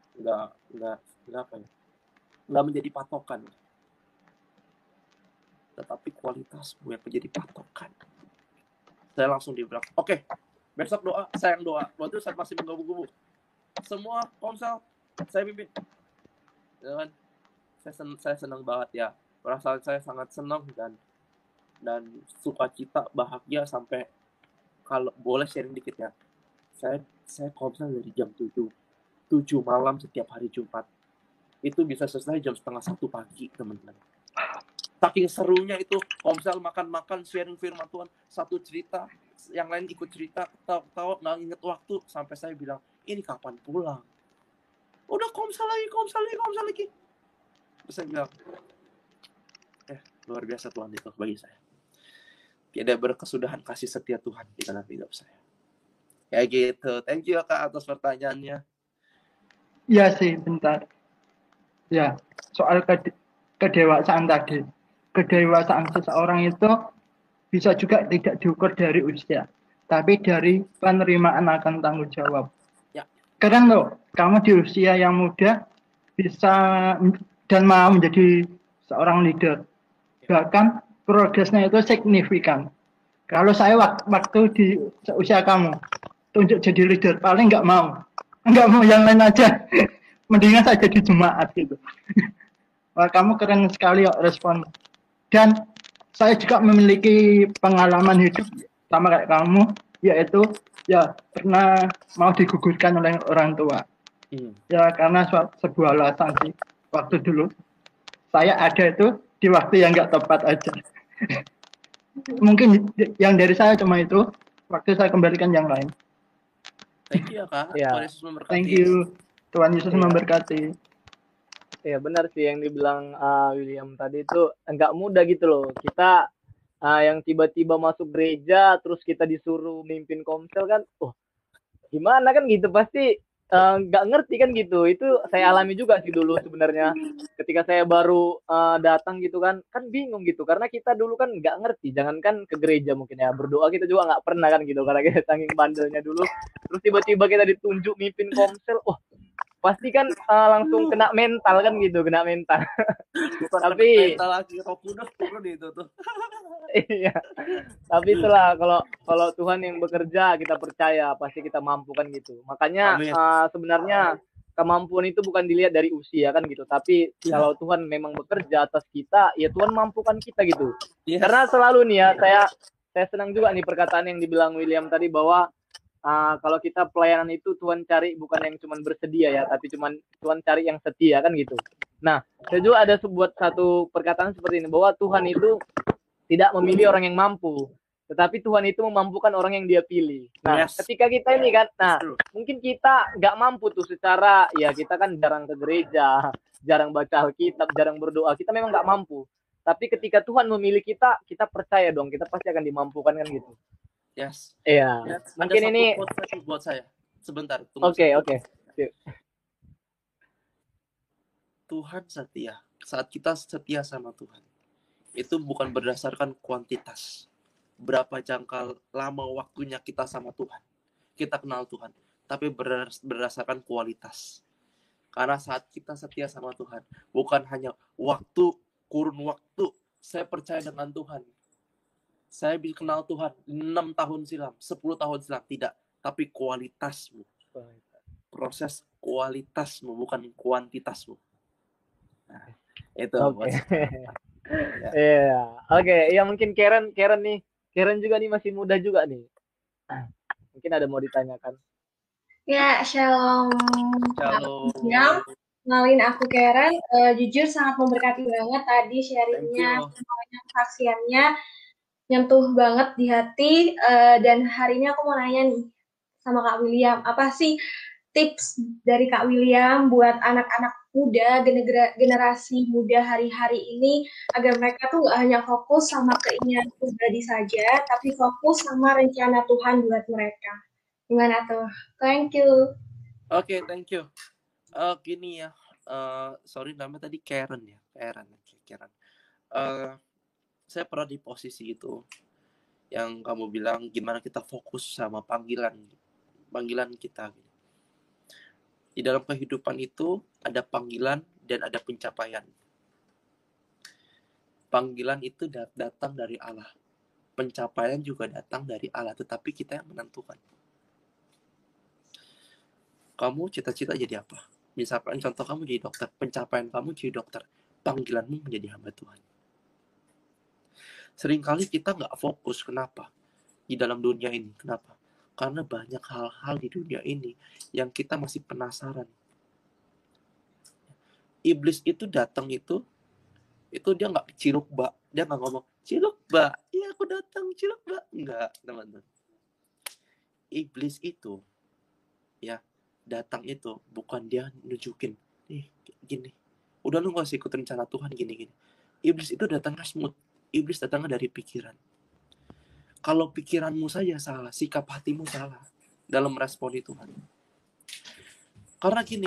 menjadi patokan. tetapi kualitasmu yang menjadi patokan. Saya langsung dibilang, oke, besok doa, saya yang doa. Waktu itu saya masih menggebu-gebu. Semua komsel saya pimpin. Ya kan? Saya senang banget ya. Perasaan saya sangat senang dan sukacita, bahagia sampai kalau boleh sharing dikit ya. Saya komsel dari jam 7 malam setiap hari Jumat. Itu bisa selesai jam 12:30 pagi, teman-teman. Saking serunya itu, komsel makan-makan, sharing firman Tuhan, satu cerita, yang lain ikut cerita, tahu nggak inget waktu, sampai saya bilang, ini kapan pulang? Udah komsel lagi. Terus saya bilang, luar biasa Tuhan itu bagi saya. Tidak berkesudahan kasih setia Tuhan di dalam hidup saya. Kayak gitu. Thank you Kak atas pertanyaannya. Iya sih, bentar. Ya, soal kedewasaan tadi. Kedewasaan seseorang itu bisa juga tidak diukur dari usia, tapi dari penerimaan akan tanggung jawab. Ya. Keren loh, kamu di usia yang muda bisa dan mau menjadi seorang leader. Bahkan progresnya itu signifikan. Kalau saya waktu di usia kamu tunjuk jadi leader, paling nggak mau yang lain aja. Mendingan saya jadi jemaat gitu. Wah, kamu keren sekali ya respon. Dan saya juga memiliki pengalaman hidup sama kayak kamu, yaitu ya pernah mau digugurkan oleh orang tua. Ya karena sebuah alasan sih. Waktu dulu saya ada itu di waktu yang nggak tepat aja. Mungkin yang dari saya cuma itu. Waktu saya kembalikan yang lain. Thank you ya Kak. Tuhan Yesus memberkati. Thank you. Tuhan Yesus memberkati. Ya benar sih yang dibilang William tadi itu enggak mudah gitu loh. Kita yang tiba-tiba masuk gereja terus kita disuruh mimpin komsel kan, gimana kan gitu, pasti nggak ngerti kan gitu. Itu saya alami juga sih dulu sebenarnya. Ketika saya baru datang gitu kan bingung gitu karena kita dulu kan nggak ngerti. Jangankan ke gereja mungkin ya, berdoa kita juga nggak pernah kan gitu karena kita saking bandelnya dulu. Terus tiba-tiba kita ditunjuk mimpin komsel, pasti kan langsung kena mental kan gitu, kena mental. Tapi mental lagi turun itu tuh. Iya. Tapi itulah kalau Tuhan yang bekerja kita percaya pasti kita mampu kan gitu. Makanya sebenarnya kemampuan itu bukan dilihat dari usia kan gitu. Tapi kalau Tuhan memang bekerja atas kita, ya Tuhan mampukan kita gitu. Karena selalu nih ya, saya senang juga nih perkataan yang dibilang William tadi bahwa kalau kita pelayanan itu Tuhan cari bukan yang cuma bersedia ya, tapi Tuhan cari yang setia kan gitu. Nah, saya juga ada satu perkataan seperti ini bahwa Tuhan itu tidak memilih orang yang mampu, tetapi Tuhan itu memampukan orang yang Dia pilih. Nah, ketika kita ini kan, mungkin kita nggak mampu tuh secara, ya kita kan jarang ke gereja, jarang baca Alkitab, jarang berdoa, kita memang nggak mampu. Tapi ketika Tuhan memilih kita, kita percaya dong, kita pasti akan dimampukan kan gitu. Yes. Iya. Mungkin ini buat saya. Sebentar. Oke. Tuhan setia. Saat kita setia sama Tuhan, itu bukan berdasarkan kuantitas. Berapa jangka lama waktunya kita sama Tuhan, kita kenal Tuhan, tapi berdasarkan kualitas. Karena saat kita setia sama Tuhan, bukan hanya kurun waktu, saya percaya dengan Tuhan, saya bisa kenal Tuhan 6 tahun silam, 10 tahun silam, tidak. Tapi kualitasmu. Proses kualitasmu, bukan kuantitasmu. Nah, itu buat Iya. Oke, ya mungkin Karen nih. Karen juga nih masih muda juga nih. Mungkin ada mau ditanyakan. Ya, shalom. Kenalin aku Karen. Jujur sangat memberkati banget tadi sharingnya, kesaksiannya. Nyentuh banget di hati, dan hari ini aku mau nanya nih sama Kak William, apa sih tips dari Kak William buat anak-anak muda, generasi muda hari-hari ini agar mereka tuh gak hanya fokus sama keinginan pribadi saja, tapi fokus sama rencana Tuhan buat mereka. Gimana tuh? Thank you. Oke, thank you. Gini ya, sorry namanya tadi Karen ya, Karen. Saya pernah di posisi itu yang kamu bilang gimana kita fokus sama panggilan kita. Di dalam kehidupan itu ada panggilan dan ada pencapaian. Panggilan itu datang dari Allah. Pencapaian juga datang dari Allah, tetapi kita yang menentukan. Kamu cita-cita jadi apa? Misalkan contoh kamu jadi dokter, pencapaian kamu jadi dokter, panggilanmu menjadi hamba Tuhan. Seringkali kita nggak fokus, kenapa? Di dalam dunia ini, kenapa? Karena banyak hal-hal di dunia ini yang kita masih penasaran. Iblis itu datang itu dia nggak ciluk bak, dia nggak ngomong ciluk bak, iya aku datang ciluk bak, nggak, teman-teman. Iblis itu ya datang itu bukan dia nunjukin gini, udah lu nggak usah ikut rencana Tuhan gini. Iblis itu datangnya smooth, iblis datangnya dari pikiran. Kalau pikiranmu saja salah, sikap hatimu salah dalam meresponi Tuhan. Karena gini,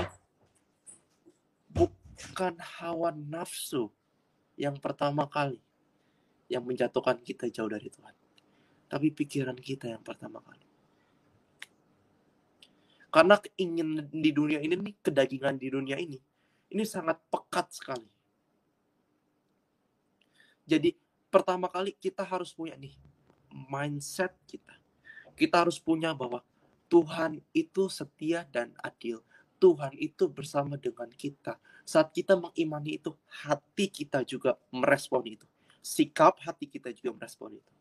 bukan hawa nafsu yang pertama kali yang menjatuhkan kita jauh dari Tuhan, tapi pikiran kita yang pertama kali. Karena keinginan di dunia ini nih, kedagingan di dunia ini sangat pekat sekali. Jadi pertama kali kita harus punya nih mindset kita. Kita harus punya bahwa Tuhan itu setia dan adil. Tuhan itu bersama dengan kita. Saat kita mengimani itu, hati kita juga merespon itu. Sikap hati kita juga merespon itu.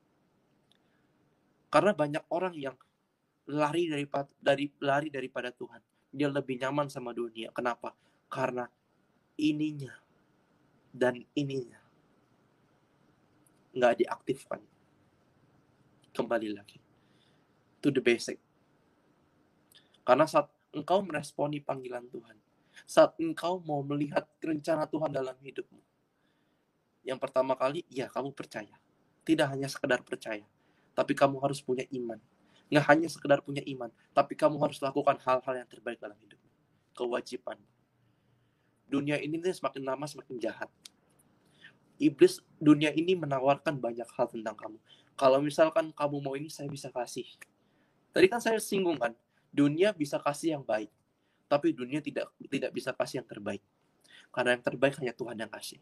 Karena banyak orang yang lari daripada Tuhan. Dia lebih nyaman sama dunia. Kenapa? Karena ininya dan ininya nggak diaktifkan. Kembali lagi to the basic. Karena saat engkau meresponi panggilan Tuhan, saat engkau mau melihat rencana Tuhan dalam hidupmu, yang pertama kali, ya kamu percaya. Tidak hanya sekedar percaya, tapi kamu harus punya iman. Nggak hanya sekedar punya iman, tapi kamu harus lakukan hal-hal yang terbaik dalam hidupmu. Kewajiban. Dunia ini semakin lama semakin jahat. Iblis dunia ini menawarkan banyak hal tentang kamu. Kalau misalkan kamu mau ini, saya bisa kasih. Tadi kan saya singgung kan, dunia bisa kasih yang baik, tapi dunia tidak bisa kasih yang terbaik. Karena yang terbaik hanya Tuhan yang kasih.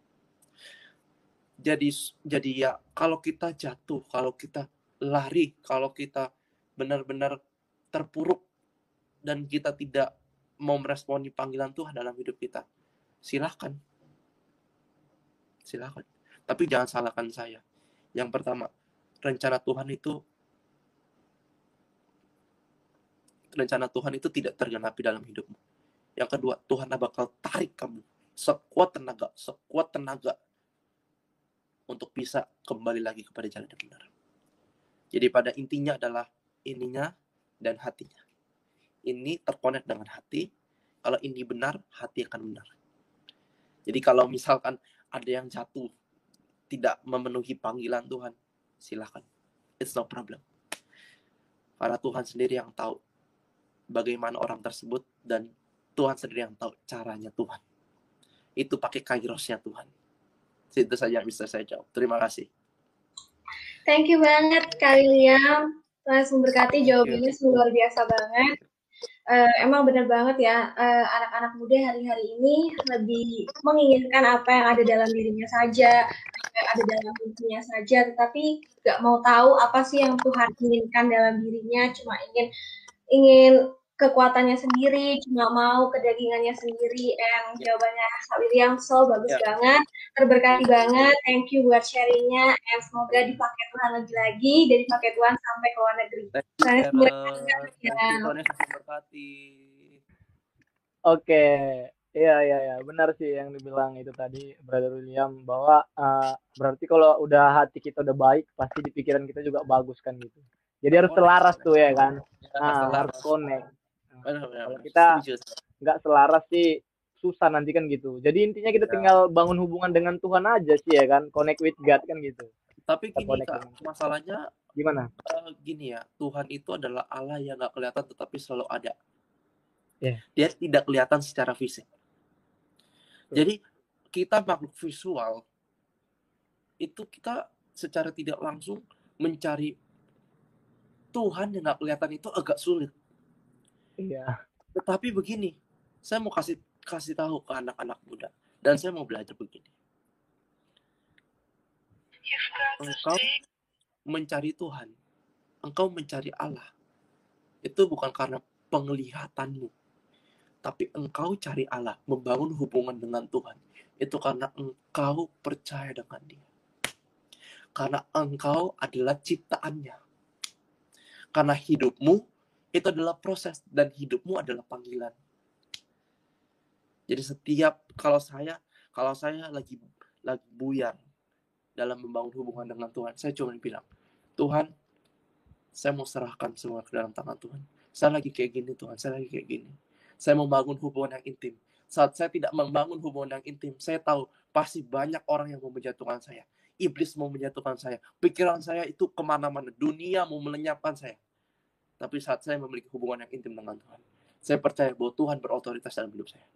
Jadi ya, kalau kita jatuh, kalau kita lari, kalau kita benar-benar terpuruk dan kita tidak mau meresponi panggilan Tuhan dalam hidup kita, silahkan. Tapi jangan salahkan saya. Yang pertama, rencana Tuhan itu tidak tergenapi dalam hidupmu. Yang kedua, Tuhan bakal tarik kamu sekuat tenaga untuk bisa kembali lagi kepada jalan yang benar. Jadi pada intinya adalah ininya dan hatinya. Ini terkonek dengan hati. Kalau ini benar, hati akan benar. Jadi kalau misalkan ada yang jatuh, tidak memenuhi panggilan Tuhan, silakan. It's no problem. Karena Tuhan sendiri yang tahu bagaimana orang tersebut, dan Tuhan sendiri yang tahu caranya Tuhan. Itu pakai kairosnya Tuhan. Itu saja yang bisa saya jawab. Terima kasih. Thank you banget Kak William. Langsung memberkati jawabannya luar biasa banget. Emang benar banget ya, anak-anak muda hari-hari ini lebih menginginkan apa yang ada dalam dirinya saja, apa yang ada dalam hidupnya saja, tetapi nggak mau tahu apa sih yang Tuhan inginkan dalam dirinya, cuma ingin kekuatannya sendiri, cuma mau kedagingannya sendiri. And jawabannya Kak William bagus banget, terberkati banget. Thank you buat sharingnya, and semoga dipakai Tuhan lagi-lagi, dan dipakai Tuhan sampai ke luar negeri. Oke, iya, benar sih yang dibilang itu tadi Brother William, bahwa berarti kalau udah hati kita udah baik, pasti di pikiran kita juga bagus kan gitu. Jadi harus selaras tuh ya kan, harus connect. Kalau kita nggak selaras sih susah nanti kan gitu. Jadi intinya kita tinggal bangun hubungan dengan Tuhan aja sih ya kan, connect with God kan gitu. Tapi gini Kak, masalahnya gimana? Gini ya, Tuhan itu adalah Allah yang nggak kelihatan tetapi selalu ada. Dia tidak kelihatan secara fisik. Jadi kita makhluk visual itu kita secara tidak langsung mencari Tuhan yang nggak kelihatan itu agak sulit. Iya. Tetapi begini, saya mau kasih tahu ke anak-anak muda, dan saya mau belajar begini. engkau mencari Tuhan, engkau mencari Allah, itu bukan karena penglihatanmu, tapi engkau cari Allah, membangun hubungan dengan Tuhan, itu karena engkau percaya dengan Dia. Karena engkau adalah ciptaannya. Karena hidupmu itu adalah proses dan hidupmu adalah panggilan. Jadi setiap kalau saya lagi buyar dalam membangun hubungan dengan Tuhan, saya cuma bilang, Tuhan, saya mau serahkan semua ke dalam tangan Tuhan. Saya lagi kayak gini Tuhan, saya lagi kayak gini. Saya membangun hubungan yang intim. Saat saya tidak membangun hubungan yang intim, saya tahu pasti banyak orang yang mau menjatuhkan saya. Iblis mau menjatuhkan saya. Pikiran saya itu kemana-mana. Dunia mau melenyapkan saya. Tapi saat saya memiliki hubungan yang intim dengan Tuhan, saya percaya bahwa Tuhan berotoritas dalam hidup saya.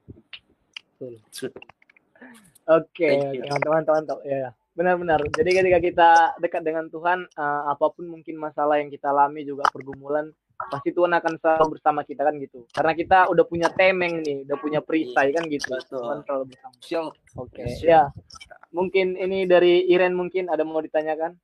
Oke, mantap. Ya, benar-benar. Jadi ketika kita dekat dengan Tuhan, apapun mungkin masalah yang kita alami juga pergumulan, pasti Tuhan akan selalu bersama kita kan gitu. Karena kita udah punya temeng nih, udah punya perisai kan gitu. Tuhan selalu bersama. Oke, ya. Mungkin ini dari Iren mungkin ada mau ditanyakan?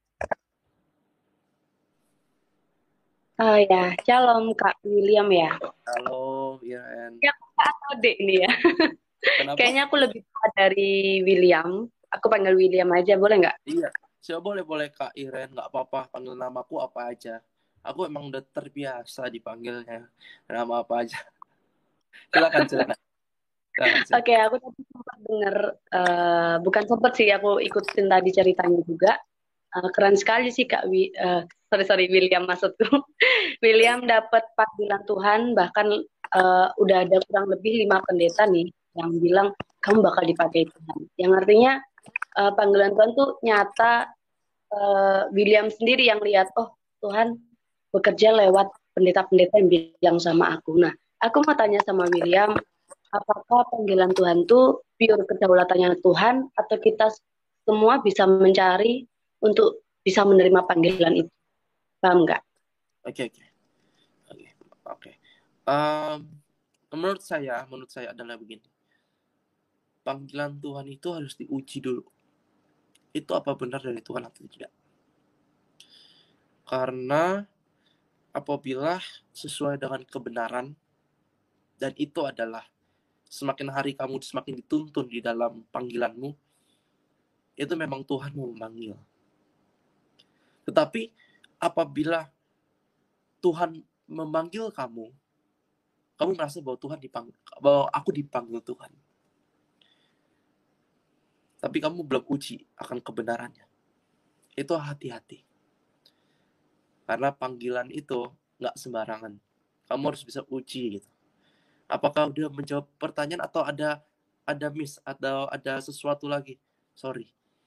Oh ya, shalom Kak William ya. Halo Iren. Ya Kak Ode ini ya. Kenapa? Kayaknya aku lebih tua dari William. Aku panggil William aja, boleh nggak? Iya, siapa boleh Kak Iren, nggak apa-apa. Panggil namaku apa aja. Aku emang udah terbiasa dipanggilnya nama apa aja. Silakan. Oke, aku tadi sempat dengar, bukan sempat sih, aku ikutin tadi ceritanya juga. Keren sekali sih Kak William maksudku. William dapat panggilan Tuhan, bahkan udah ada kurang lebih 5 pendeta nih yang bilang kamu bakal dipakai Tuhan. Yang artinya panggilan Tuhan tuh nyata. William sendiri yang lihat, oh Tuhan bekerja lewat pendeta-pendeta yang bilang sama aku. Nah, aku mau tanya sama William, apakah panggilan Tuhan tuh pure kedaulatannya Tuhan atau kita semua bisa mencari untuk bisa menerima panggilan itu? Paham nggak? Oke. Menurut saya adalah begini. Panggilan Tuhan itu harus diuji dulu. Itu apa benar dari Tuhan atau tidak. Karena apabila sesuai dengan kebenaran, dan itu adalah semakin hari kamu semakin dituntun di dalam panggilanmu, itu memang Tuhan mau memanggil. Tetapi apabila Tuhan memanggil kamu merasa bahwa aku dipanggil Tuhan, tapi kamu belum uji akan kebenarannya, itu hati-hati. Karena panggilan itu nggak sembarangan. Kamu harus bisa uji gitu. Apakah udah menjawab pertanyaan atau ada miss atau ada sesuatu lagi? Sorry.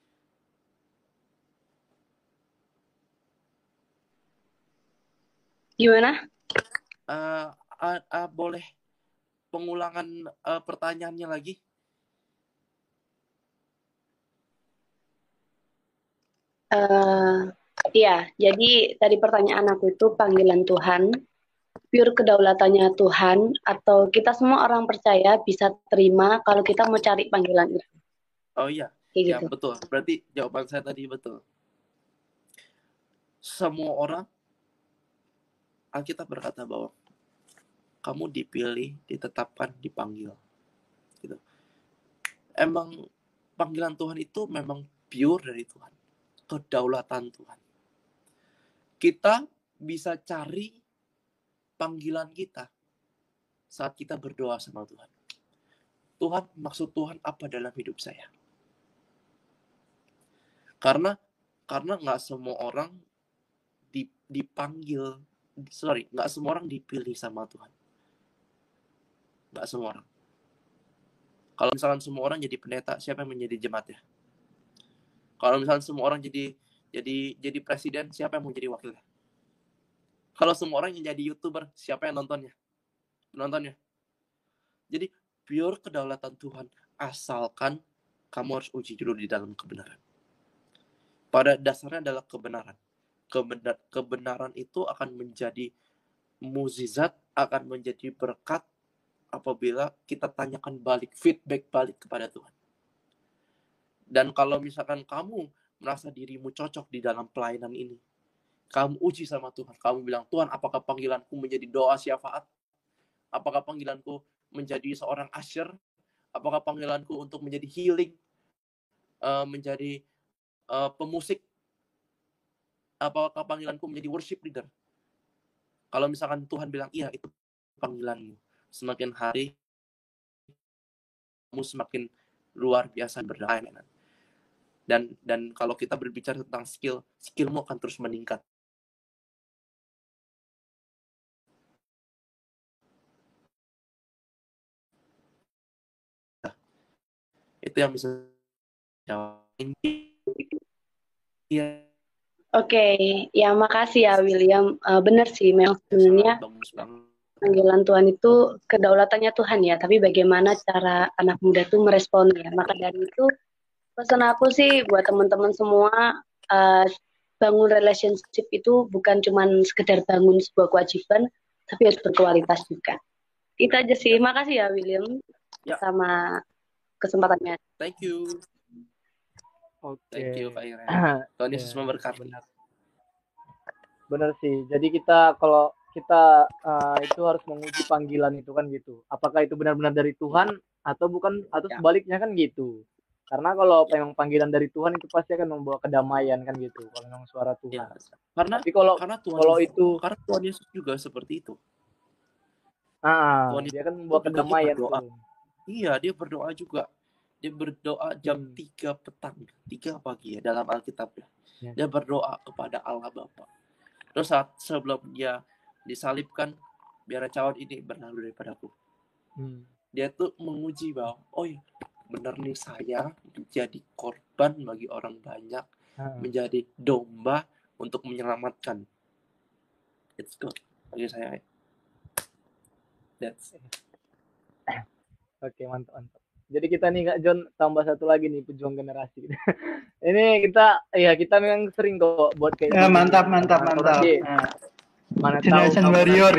Gimana? Boleh pengulangan pertanyaannya lagi? Iya, jadi tadi pertanyaan aku itu panggilan Tuhan, pure kedaulatannya Tuhan, atau kita semua orang percaya bisa terima kalau kita mau cari panggilan itu. Oh iya, ya gitu. Betul. Berarti jawaban saya tadi betul. Semua orang, Alkitab berkata bahwa kamu dipilih, ditetapkan, dipanggil. Gitu. Emang panggilan Tuhan itu memang pure dari Tuhan. Kedaulatan Tuhan. Kita bisa cari panggilan kita saat kita berdoa sama Tuhan. Tuhan, maksud Tuhan apa dalam hidup saya? Karena nggak semua orang nggak semua orang dipilih sama Tuhan. Nggak semua orang. Kalau misalkan semua orang jadi pendeta, siapa yang menjadi jemaatnya? Kalau misalkan semua orang jadi presiden, siapa yang mau jadi wakilnya? Kalau semua orang yang jadi YouTuber, siapa yang nontonnya? Jadi pure kedaulatan Tuhan, asalkan kamu harus uji dulu di dalam kebenaran. Pada dasarnya adalah kebenaran. Kebenaran itu akan menjadi mukjizat, akan menjadi berkat apabila kita tanyakan feedback balik kepada Tuhan. Dan kalau misalkan kamu merasa dirimu cocok di dalam pelayanan ini. Kamu uji sama Tuhan. Kamu bilang, Tuhan, apakah panggilanku menjadi doa syafaat? Apakah panggilanku menjadi seorang usher? Apakah panggilanku untuk menjadi healing? Menjadi pemusik? Apakah panggilanku menjadi worship leader? Kalau misalkan Tuhan bilang, iya, itu panggilanmu. Semakin hari, kamu semakin luar biasa berdayanan. Dan kalau kita berbicara tentang skillmu akan terus meningkat. Itu yang bisa jawab. Iya. Oke, ya makasih ya William. Benar sih, memang sebenarnya panggilan Tuhan itu kedaulatannya Tuhan ya, tapi bagaimana cara anak muda itu meresponnya. Maka dari itu, pesan aku sih buat teman-teman semua, bangun relationship itu bukan cuma sekedar bangun sebuah kewajiban, tapi harus berkualitas juga. Itu aja sih. Makasih ya William sama kesempatannya. Thank you. Thank you Pak Iren. Tuhan Yesus memberkati. Benar sih. Jadi kalau kita itu harus menguji panggilan itu kan gitu. Apakah itu benar-benar dari Tuhan atau bukan, atau sebaliknya kan gitu. Karena kalau memang panggilan dari Tuhan itu pasti akan membawa kedamaian kan gitu. Kalau memang suara Tuhan. Karena Tuhan Yesus juga seperti itu. Dia kan membawa kedamaian. Iya, dia berdoa juga. Dia berdoa jam 3 petang, 3 pagi ya dalam Alkitab ya. Dia berdoa kepada Allah Bapa. Terus sebelum dia disalibkan, biar cawan ini berlalu daripadaku. Dia tuh menguji bahwa, oh iya, benar nih saya menjadi korban bagi orang banyak, menjadi domba untuk menyelamatkan. It's good bagi saya. That's it. Oke, mantap. Jadi kita nih Kak John tambah satu lagi nih, pejuang generasi. Ini kita memang sering kok buat kayak ya, mantap. Mana Generation Warrior.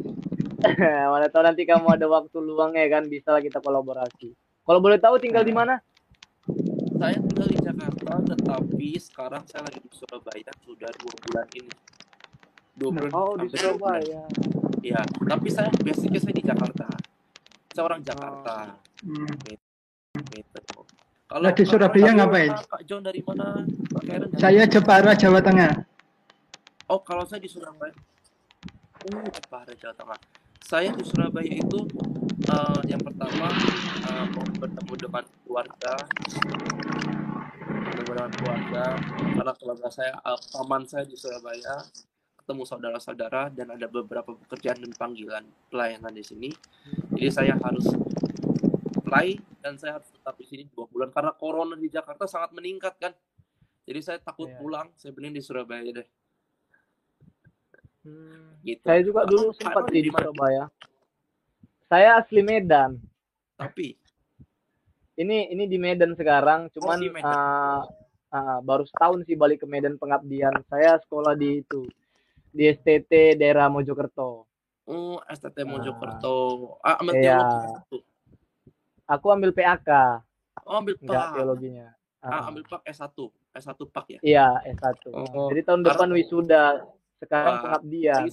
Mana tahu nanti kamu ada waktu luang ya kan, bisa lah kita kolaborasi. Kalau boleh tahu tinggal di mana? Saya tinggal di Jakarta, tetapi sekarang saya lagi di Surabaya sudah 2 bulan ini. 2 bulan. Oh, di Surabaya. Iya, tapi basicnya saya di Jakarta. Saya orang Jakarta. Gitu. Kalau di Surabaya ngapain? Kak John dari mana? Pak Karen? Saya Jepara, Jawa Tengah. Oh, kalau saya di Surabaya. Jepara, Jawa Tengah. Saya di Surabaya itu yang pertama mau bertemu dengan keluarga. Karena keluarga saya, paman saya di Surabaya, ketemu saudara-saudara, dan ada beberapa pekerjaan dan panggilan pelayanan di sini. Jadi saya harus apply dan saya harus tetap di sini 2 bulan karena corona di Jakarta sangat meningkat kan. Jadi saya takut pulang, saya bening di Surabaya deh. Gitu. Saya juga dulu sempat di Surabaya. Saya asli Medan. Tapi ini di Medan sekarang, cuman baru setahun sih balik ke Medan pengabdian. Saya sekolah di STT daerah Mojokerto. STT Mojokerto. Ambil teologi. Aku ambil PAK. Oh, ambil PAK. Enggak teologinya. Ambil PAK S1 PAK ya? Iya, S1. Jadi tahun depan wisuda. Sekarang pengabdian.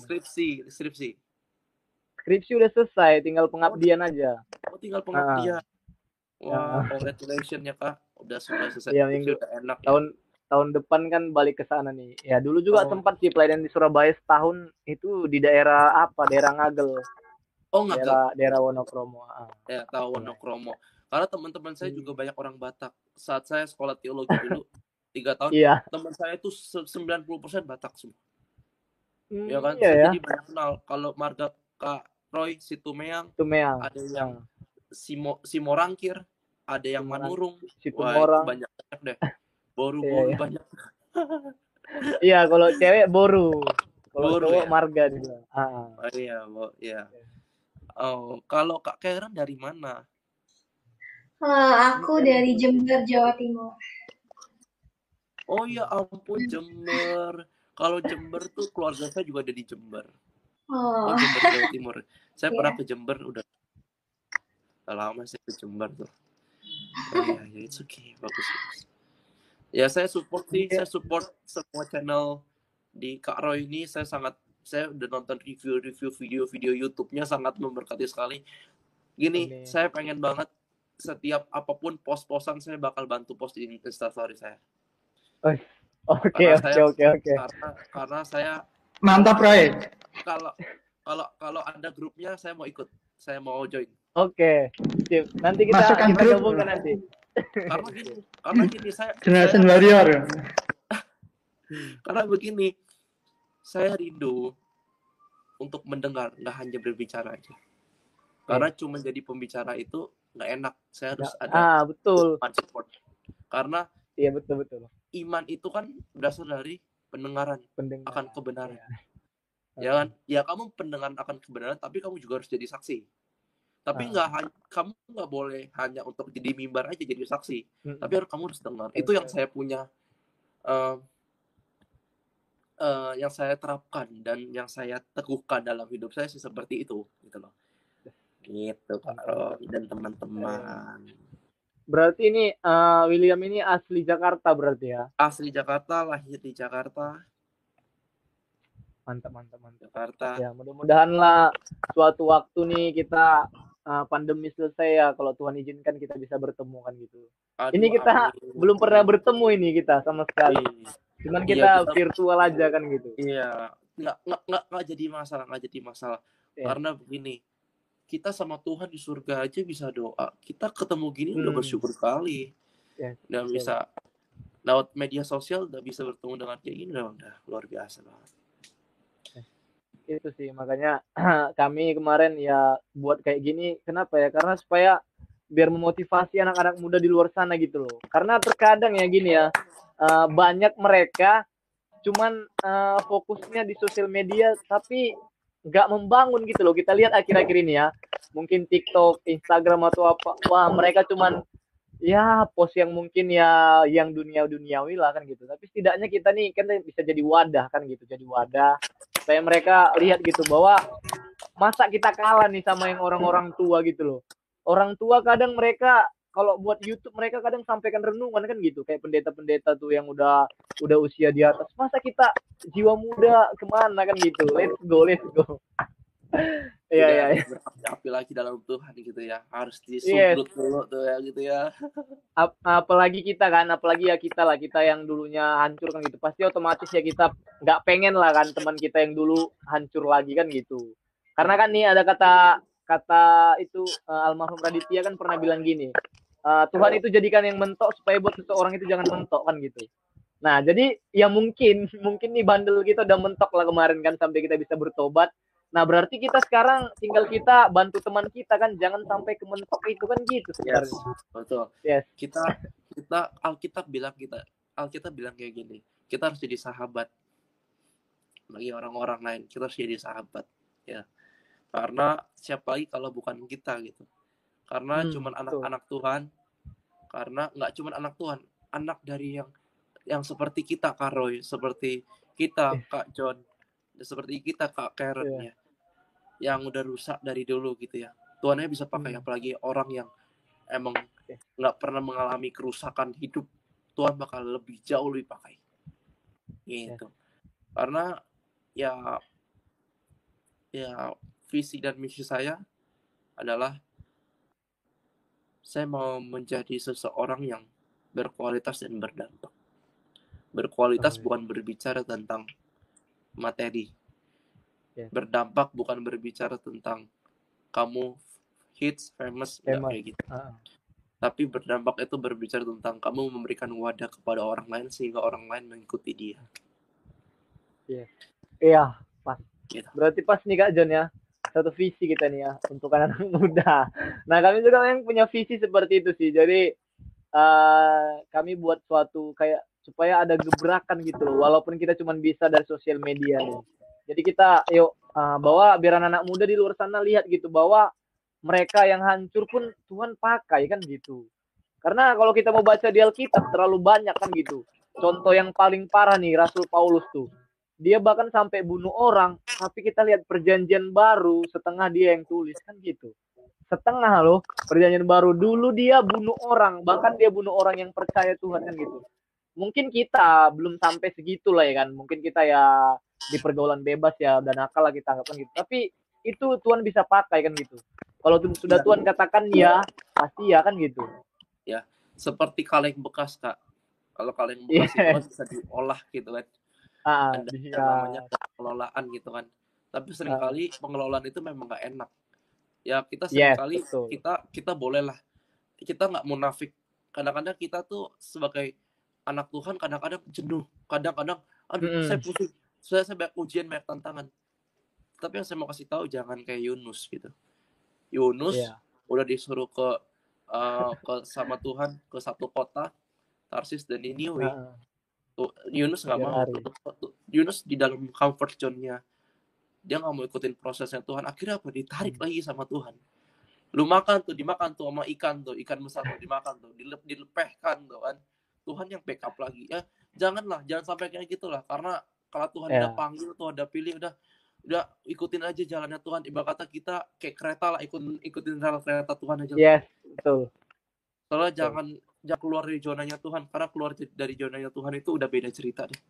Skripsi udah selesai, tinggal pengabdian aja. Oh, tinggal pengabdian. Wah, congratulations ya Kak. Udah selesai. Iya, udah enak. Tahun depan kan balik ke sana nih. Ya, dulu juga sempat sih pelayanan di Surabaya setahun itu di daerah Ngagel. Oh, Ngagel. Daerah Wonokromo. Ya, tahu Wonokromo. Karena teman-teman saya juga banyak orang Batak. Saat saya sekolah teologi dulu 3 tahun, teman saya itu 90% Batak semua. Ya kan? Jadi banyak kenal. Kalau marga Kak Roy, Situmeang, ada yang Simorangkir, ada yang Manurung. Wah, banyak deh. Boru banyak. Iya, kalau cewek Boru. Kalau cowok Marga juga. Iya. Oh, kalau Kak Karen dari mana? Aku dari Jember, Jawa Timur. Oh ya ampun, Jember. Kalau Jember tuh keluarga saya juga ada di Jember. Oh, Jember, Jawa Timur. Saya pernah ke Jember, udah lama saya ke Jember tuh. Oh iya, it's okay, bagus. Ya saya support sih, saya support semua channel di Kak Roy ini. Saya udah nonton review video-video YouTube-nya, sangat memberkati sekali. Gini, saya pengen banget setiap apapun post-postan saya bakal bantu post di Instastory saya. Oke. Karena saya mantap Roy. Kalau ada grupnya saya mau ikut, saya mau join. Oke, sip. Nanti kita gabungkan nanti. Karena gini saya Generation Warrior. Karena begini, saya rindu untuk mendengar, nggak hanya berbicara aja. Karena cuma jadi pembicara itu nggak enak. Saya harus ada betul. support. Karena iya betul. Iman itu kan berasal dari pendengaran akan kebenaran. Ya kan? Ya kamu pendengaran akan kebenaran, tapi kamu juga harus jadi saksi. Tapi kamu nggak boleh hanya untuk jadi mimbar aja jadi saksi. Tapi kamu harus dengar. Itu yang saya punya, yang saya terapkan dan yang saya teguhkan dalam hidup saya sih seperti itu, gitu loh. Gitu Kak Roy dan teman-teman. Berarti ini William ini asli Jakarta berarti ya? Asli Jakarta, lahir di Jakarta. Mantap. Jakarta. Ya mudah-mudahan lah suatu waktu nih kita pandemi selesai ya, kalau Tuhan izinkan kita bisa bertemu kan gitu. Ini kita belum pernah bertemu ini kita sama sekali. Cuman kita virtual aja kan gitu. Iya, nggak jadi masalah. Karena begini, kita sama Tuhan di surga aja bisa doa. Kita ketemu gini udah bersyukur sekali. Udah bisa lewat media sosial udah bisa bertemu dengan kayak gini udah luar biasa banget. Itu sih makanya kami kemarin ya buat kayak gini. Kenapa ya? Karena supaya biar memotivasi anak-anak muda di luar sana gitu loh. Karena terkadang ya gini ya, banyak mereka cuman fokusnya di sosial media tapi nggak membangun gitu loh. Kita lihat akhir-akhir ini ya, mungkin TikTok, Instagram atau apa, wah mereka cuman ya post yang mungkin ya yang duniawi lah kan gitu. Tapi setidaknya kita nih kan bisa jadi wadah kan gitu, jadi wadah supaya mereka lihat gitu bahwa masa kita kalah nih sama yang orang-orang tua gitu loh. Orang tua kadang mereka kalau buat YouTube mereka kadang sampaikan renungan kan gitu, kayak pendeta-pendeta tuh yang udah usia di atas. Masa kita jiwa muda kemana kan gitu? Let's go. Iya. Api lagi dalam Tuhan gitu ya, harus disubrut dulu tuh ya gitu ya. Apalagi kita yang dulunya hancur kan gitu, pasti otomatis ya kita nggak pengen lah kan teman kita yang dulu hancur lagi kan gitu. Karena kan nih ada kata itu almarhum Raditya kan pernah bilang gini, Tuhan itu jadikan yang mentok supaya buat seseorang itu jangan mentok kan gitu. Nah jadi ya mungkin nih bandel kita udah mentok lah kemarin kan sampai kita bisa bertobat. Nah berarti kita sekarang tinggal kita bantu teman kita kan, jangan sampai ke mentok itu kan gitu sebenarnya. Betul. Kita Alkitab bilang kayak gini, kita harus jadi sahabat bagi orang-orang lain. Kita harus jadi sahabat ya. Karena siapa lagi kalau bukan kita gitu. Karena cuman anak-anak Tuhan. Karena nggak cuman anak Tuhan, anak dari yang seperti kita Kak Roy, seperti kita Kak John, seperti kita Kak Karen ya, yang udah rusak dari dulu gitu ya. Tuhannya bisa pakai, apalagi orang yang emang nggak pernah mengalami kerusakan hidup, Tuhan bakal lebih jauh lebih pakai gitu. Karena ya visi dan misi saya adalah saya mau menjadi seseorang yang berkualitas dan berdampak. Berkualitas bukan berbicara tentang materi. Berdampak bukan berbicara tentang kamu hits, famous, kayak gitu. Tapi berdampak itu berbicara tentang kamu memberikan wadah kepada orang lain sehingga orang lain mengikuti dia. Iya, pas. Gitu. Berarti pas nih Kak John ya. Satu visi kita nih ya untuk anak muda. Nah kami juga yang punya visi seperti itu sih. Jadi kami buat suatu kayak supaya ada gebrakan gitu loh. Walaupun kita cuma bisa dari sosial media nih. Jadi kita bawa biar anak-anak muda di luar sana lihat gitu bahwa mereka yang hancur pun Tuhan pakai kan gitu. Karena kalau kita mau baca di Alkitab terlalu banyak kan gitu. Contoh yang paling parah nih Rasul Paulus tuh. Dia bahkan sampai bunuh orang, tapi kita lihat perjanjian baru setengah dia yang tulis kan gitu. Setengah loh perjanjian baru, dulu dia bunuh orang, bahkan dia bunuh orang yang percaya Tuhan kan gitu. mungkin kita belum sampai segitu lah ya kan. Mungkin kita ya di pergaulan bebas ya, udah nakal lah kita anggapkan gitu. Tapi itu Tuhan bisa pakai kan gitu. Kalau sudah Tuhan katakan ya, pasti ya kan gitu. Ya, seperti kaleng bekas, Kak. Kalau kaleng bekas itu bisa diolah gitu kan. Ada namanya pengelolaan gitu kan. Tapi seringkali pengelolaan itu memang nggak enak. Ya kita seringkali kita bolehlah. Kita nggak munafik. Kadang-kadang kita tuh sebagai anak Tuhan kadang-kadang jenuh. Kadang-kadang aduh saya pusing. Saya banyak ujian, banyak tantangan. Tapi yang saya mau kasih tahu jangan kayak Yunus gitu. Yunus udah disuruh ke sama Tuhan ke satu kota, Tarsis dan Niniwe. Yunus nggak mau. Yunus di dalam comfort zone-nya. Dia nggak mau ikutin prosesnya Tuhan. Akhirnya apa? Ditarik lagi sama Tuhan. Lu makan tuh, dimakan tuh sama ikan besar tuh dimakan tuh, dilepehkan tuh kan. Tuhan yang backup lagi. Ya, jangan sampai kayak gitulah. Karena kalau Tuhan udah panggil, Tuhan udah pilih, udah ikutin aja jalannya Tuhan. Ibarat kata kita kayak kereta lah, ikutin rel kereta Tuhan aja. Yes, betul. Soalnya jangan keluar dari zonanya Tuhan, karena keluar dari zonanya Tuhan itu udah beda cerita deh.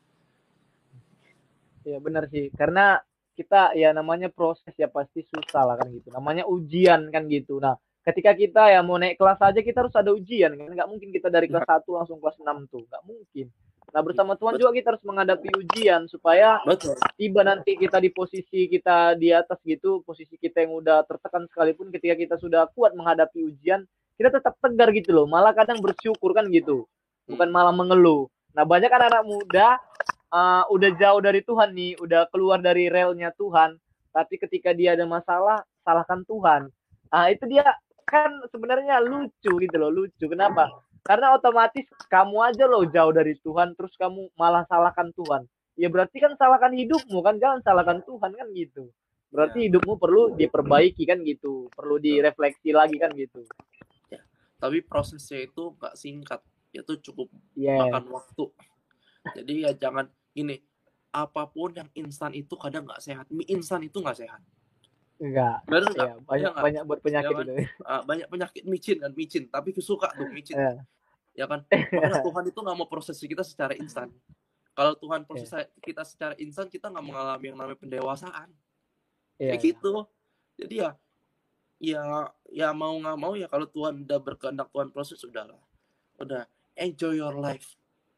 Ya benar sih, karena kita ya namanya proses ya pasti susah lah kan gitu. Namanya ujian kan gitu. Nah, ketika kita ya mau naik kelas aja kita harus ada ujian kan. Nggak mungkin kita dari kelas 1 langsung kelas 6 tuh. Nggak mungkin. Nah, bersama Tuhan juga kita harus menghadapi ujian supaya tiba nanti kita di posisi kita di atas gitu, posisi kita yang udah tertekan sekalipun ketika kita sudah kuat menghadapi ujian, kita tetap tegar gitu loh. Malah kadang bersyukur kan gitu. Bukan malah mengeluh. Nah, banyak anak-anak muda udah jauh dari Tuhan nih, udah keluar dari relnya Tuhan, tapi ketika dia ada masalah, salahkan Tuhan. Itu dia kan sebenarnya lucu gitu loh, lucu. Kenapa? Karena otomatis kamu aja loh jauh dari Tuhan, terus kamu malah salahkan Tuhan. Ya berarti kan salahkan hidupmu kan, jangan salahkan Tuhan kan gitu. Berarti hidupmu perlu diperbaiki kan gitu, perlu direfleksi lagi kan gitu. Ya, tapi prosesnya itu nggak singkat, itu cukup makan waktu. Jadi ya jangan gini, apapun yang instan itu kadang nggak sehat. Mie instan itu nggak sehat. Enggak. Ya, banyak buat penyakit ya kan? itu. Banyak penyakit micin, tapi suka tuh micin. Ya kan? Karena Tuhan itu nggak mau proses kita secara instan. Kalau Tuhan proses kita secara instan, kita nggak mengalami yang namanya pendewasaan. Kayak gitu. Jadi ya mau nggak mau ya kalau Tuhan udah berkehendak, Tuhan proses, udahlah. Udah enjoy your life.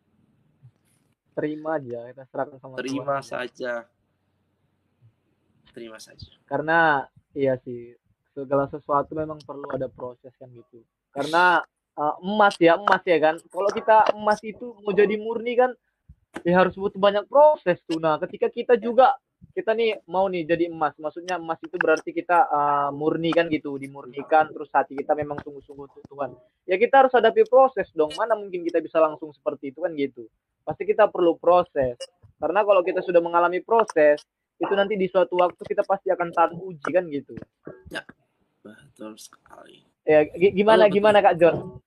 Terima aja, kita serahkan sama Tuhan. Terima saja. Karena iya sih, segala sesuatu memang perlu ada proses kan gitu. Karena emas ya kan. Kalau kita emas itu mau jadi murni kan, ya harus butuh banyak proses tuh. Nah, ketika kita nih mau nih jadi emas, maksudnya emas itu berarti kita murni kan gitu, dimurnikan, terus hati kita memang sungguh-sungguh untuk Tuhan. Ya kita harus hadapi proses dong. Mana mungkin kita bisa langsung seperti itu kan gitu. Pasti kita perlu proses. Karena kalau kita sudah mengalami proses, itu nanti di suatu waktu kita pasti akan tahan uji kan gitu. Ya, betul sekali. Ya, gimana Kak John?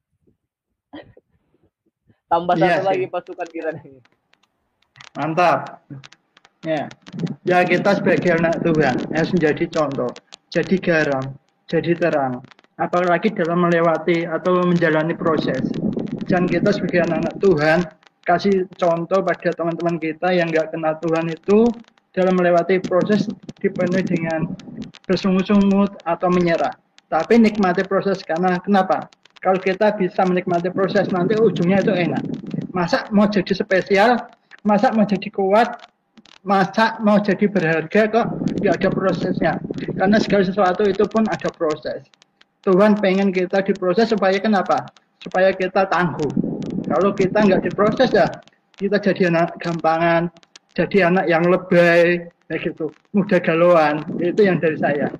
Tambah satu lagi pasukan kita nih. Mantap. Ya kita sebagai anak Tuhan harus menjadi contoh, jadi garam, jadi terang. Apalagi dalam melewati atau menjalani proses. Dan kita sebagai anak Tuhan kasih contoh pada teman-teman kita yang nggak kenal Tuhan itu dalam melewati proses dipenuhi dengan bersungut-sungut atau menyerah. Tapi nikmati proses, karena kenapa? Kalau kita bisa menikmati proses, nanti ujungnya itu enak. Masa mau jadi spesial, masa mau jadi kuat, masa mau jadi berharga kok nggak ada prosesnya. Karena segala sesuatu itu pun ada proses. Tuhan pengen kita diproses supaya kenapa? Supaya kita tangguh. Kalau kita nggak diproses ya, kita jadi anak gampangan, jadi anak yang lebay, kayak gitu, mudah galauan. Itu yang dari saya.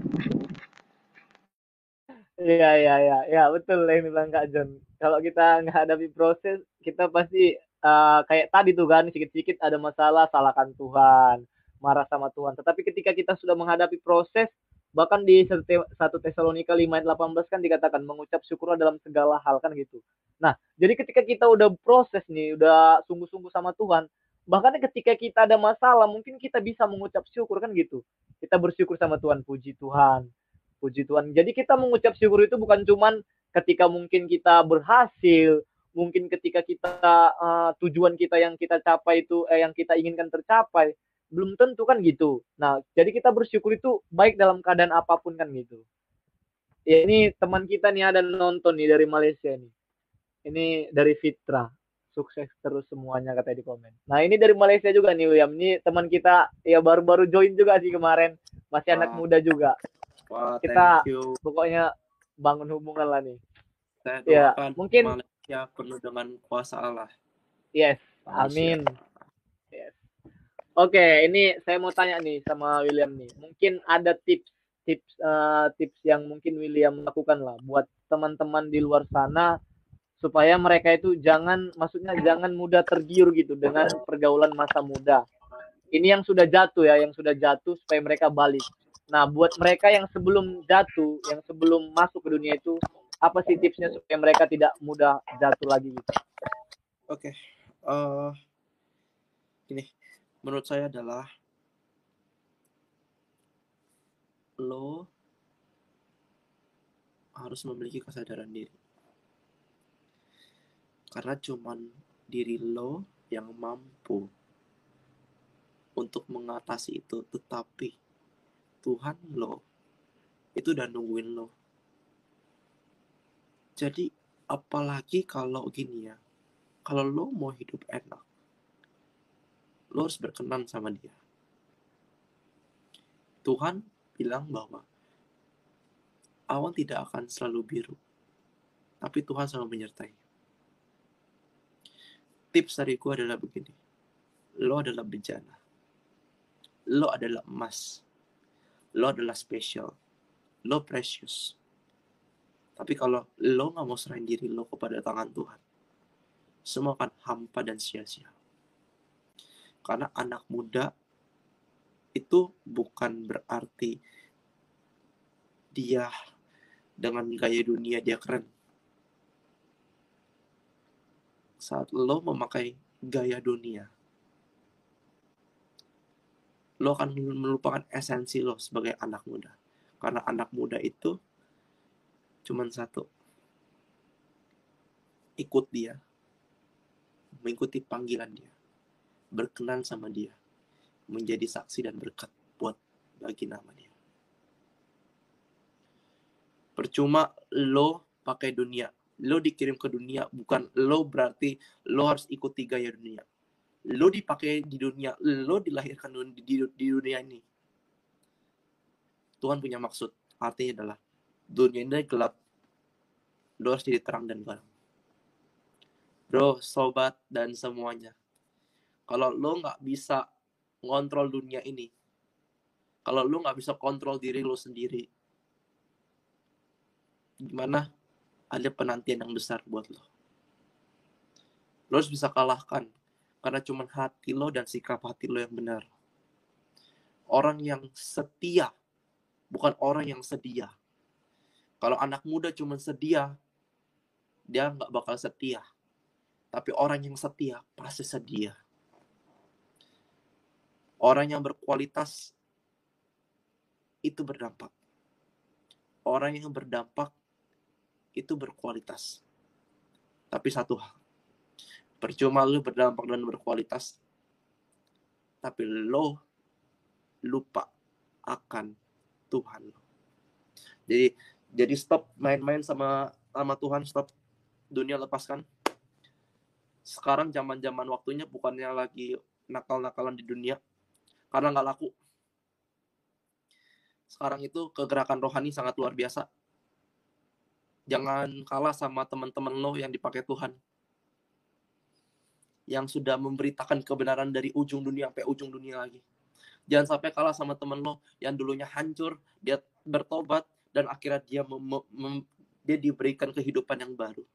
Iya, betul yang bilang Kak John. Kalau kita menghadapi proses, kita pasti kayak tadi tuh kan, sedikit-sedikit ada masalah, salahkan Tuhan, marah sama Tuhan. Tetapi ketika kita sudah menghadapi proses, bahkan di 1 Tesalonika 5:18 kan dikatakan mengucap syukur dalam segala hal kan gitu. Nah, jadi ketika kita udah proses nih, udah sungguh-sungguh sama Tuhan, bahkan ketika kita ada masalah, mungkin kita bisa mengucap syukur kan gitu. Kita bersyukur sama Tuhan, puji Tuhan. Puji Tuhan. Jadi kita mengucap syukur itu bukan cuman ketika mungkin kita berhasil, mungkin ketika kita tujuan kita yang kita capai itu yang kita inginkan tercapai, belum tentu kan gitu. Nah, jadi kita bersyukur itu baik dalam keadaan apapun kan gitu. Ya, ini teman kita nih ada nonton nih dari Malaysia nih. Ini dari Fitra. Sukses terus semuanya katanya di komen. Nah, ini dari Malaysia juga nih William. Ini teman kita ya baru-baru join juga sih kemarin. Masih anak muda juga. Wah, kita thank you. Pokoknya bangun hubungan lah nih. Saya Ya, doakan mungkin Malaysia penuh dengan kuasa Allah. Yes, Malaysia. amin. Yes. Oke, ini saya mau tanya nih sama William nih. Mungkin ada tips yang mungkin William lakukan lah buat teman-teman di luar sana supaya mereka itu jangan mudah tergiur gitu dengan pergaulan masa muda. Ini yang sudah jatuh ya, supaya mereka balik. Nah, buat mereka yang sebelum jatuh, yang sebelum masuk ke dunia itu, apa sih tipsnya supaya mereka tidak mudah jatuh lagi gitu? Oke. Ini menurut saya adalah lo harus memiliki kesadaran diri. Karena cuman diri lo yang mampu untuk mengatasi itu, tetapi Tuhan lo itu udah nungguin lo. Jadi apalagi kalau gini ya, kalau lo mau hidup enak, lo harus berkenan sama dia. Tuhan bilang bahwa awan tidak akan selalu biru, tapi Tuhan selalu menyertai. Tips dari gue adalah begini, lo adalah bejana, lo adalah emas, lo adalah spesial, lo precious. Tapi kalau lo gak mau serahin diri lo kepada tangan Tuhan, semua akan hampa dan sia-sia. Karena anak muda itu bukan berarti dia dengan gaya dunia dia keren. Saat lo memakai gaya dunia, lo akan melupakan esensi lo sebagai anak muda. Karena anak muda itu cuman satu, ikut dia, mengikuti panggilan dia, berkenan sama dia, menjadi saksi dan berkat buat bagi nama dia. Percuma lo pakai dunia, lo dikirim ke dunia, bukan lo berarti lo harus ikuti gaya dunia. Lo dipakai di dunia, lo dilahirkan di dunia ini. Tuhan punya maksud, artinya adalah dunia ini gelap, lo harus jadi terang dan garam. Bro, sobat dan semuanya, kalau lo gak bisa ngontrol dunia ini, kalau lo gak bisa kontrol diri lo sendiri, gimana ada penantian yang besar buat lo. Lo harus bisa kalahkan, karena cuma hati lo dan sikap hati lo yang benar. Orang yang setia, bukan orang yang sedia. Kalau anak muda cuma sedia, dia gak bakal setia. Tapi orang yang setia pasti sedia. Orang yang berkualitas itu berdampak. Orang yang berdampak itu berkualitas. Tapi satu hal, percuma lu berdampak dan berkualitas, tapi lo lupa akan Tuhan lo. Jadi stop main-main sama Tuhan, stop dunia, lepaskan. Sekarang zaman-zaman waktunya bukannya lagi nakal-nakalan di dunia, karena nggak laku. Sekarang itu kegerakan rohani sangat luar biasa. Jangan kalah sama teman-teman lo yang dipakai Tuhan, yang sudah memberitakan kebenaran dari ujung dunia sampai ujung dunia lagi. Jangan sampai kalah sama teman lo yang dulunya hancur, dia bertobat, dan akhirnya dia diberikan kehidupan yang baru.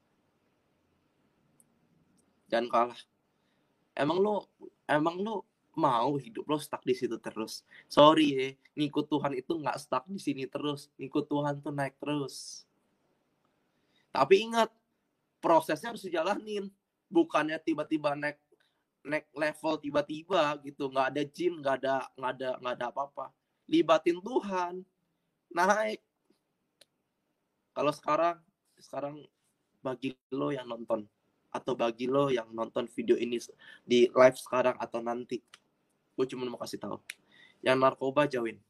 Jangan kalah. Emang lo mau hidup lo stuck di situ terus? Sorry ya, ngikut Tuhan itu nggak stuck di sini terus. Ngikut Tuhan tuh naik terus. Tapi ingat, prosesnya harus dijalanin. Bukannya tiba-tiba naik level tiba-tiba gitu. Nggak ada jin, nggak ada apa-apa. Libatin Tuhan, naik. Kalau sekarang bagi lo yang nonton, atau bagi lo yang nonton video ini di live sekarang atau nanti, gue cuma mau kasih tahu, yang narkoba jauhin,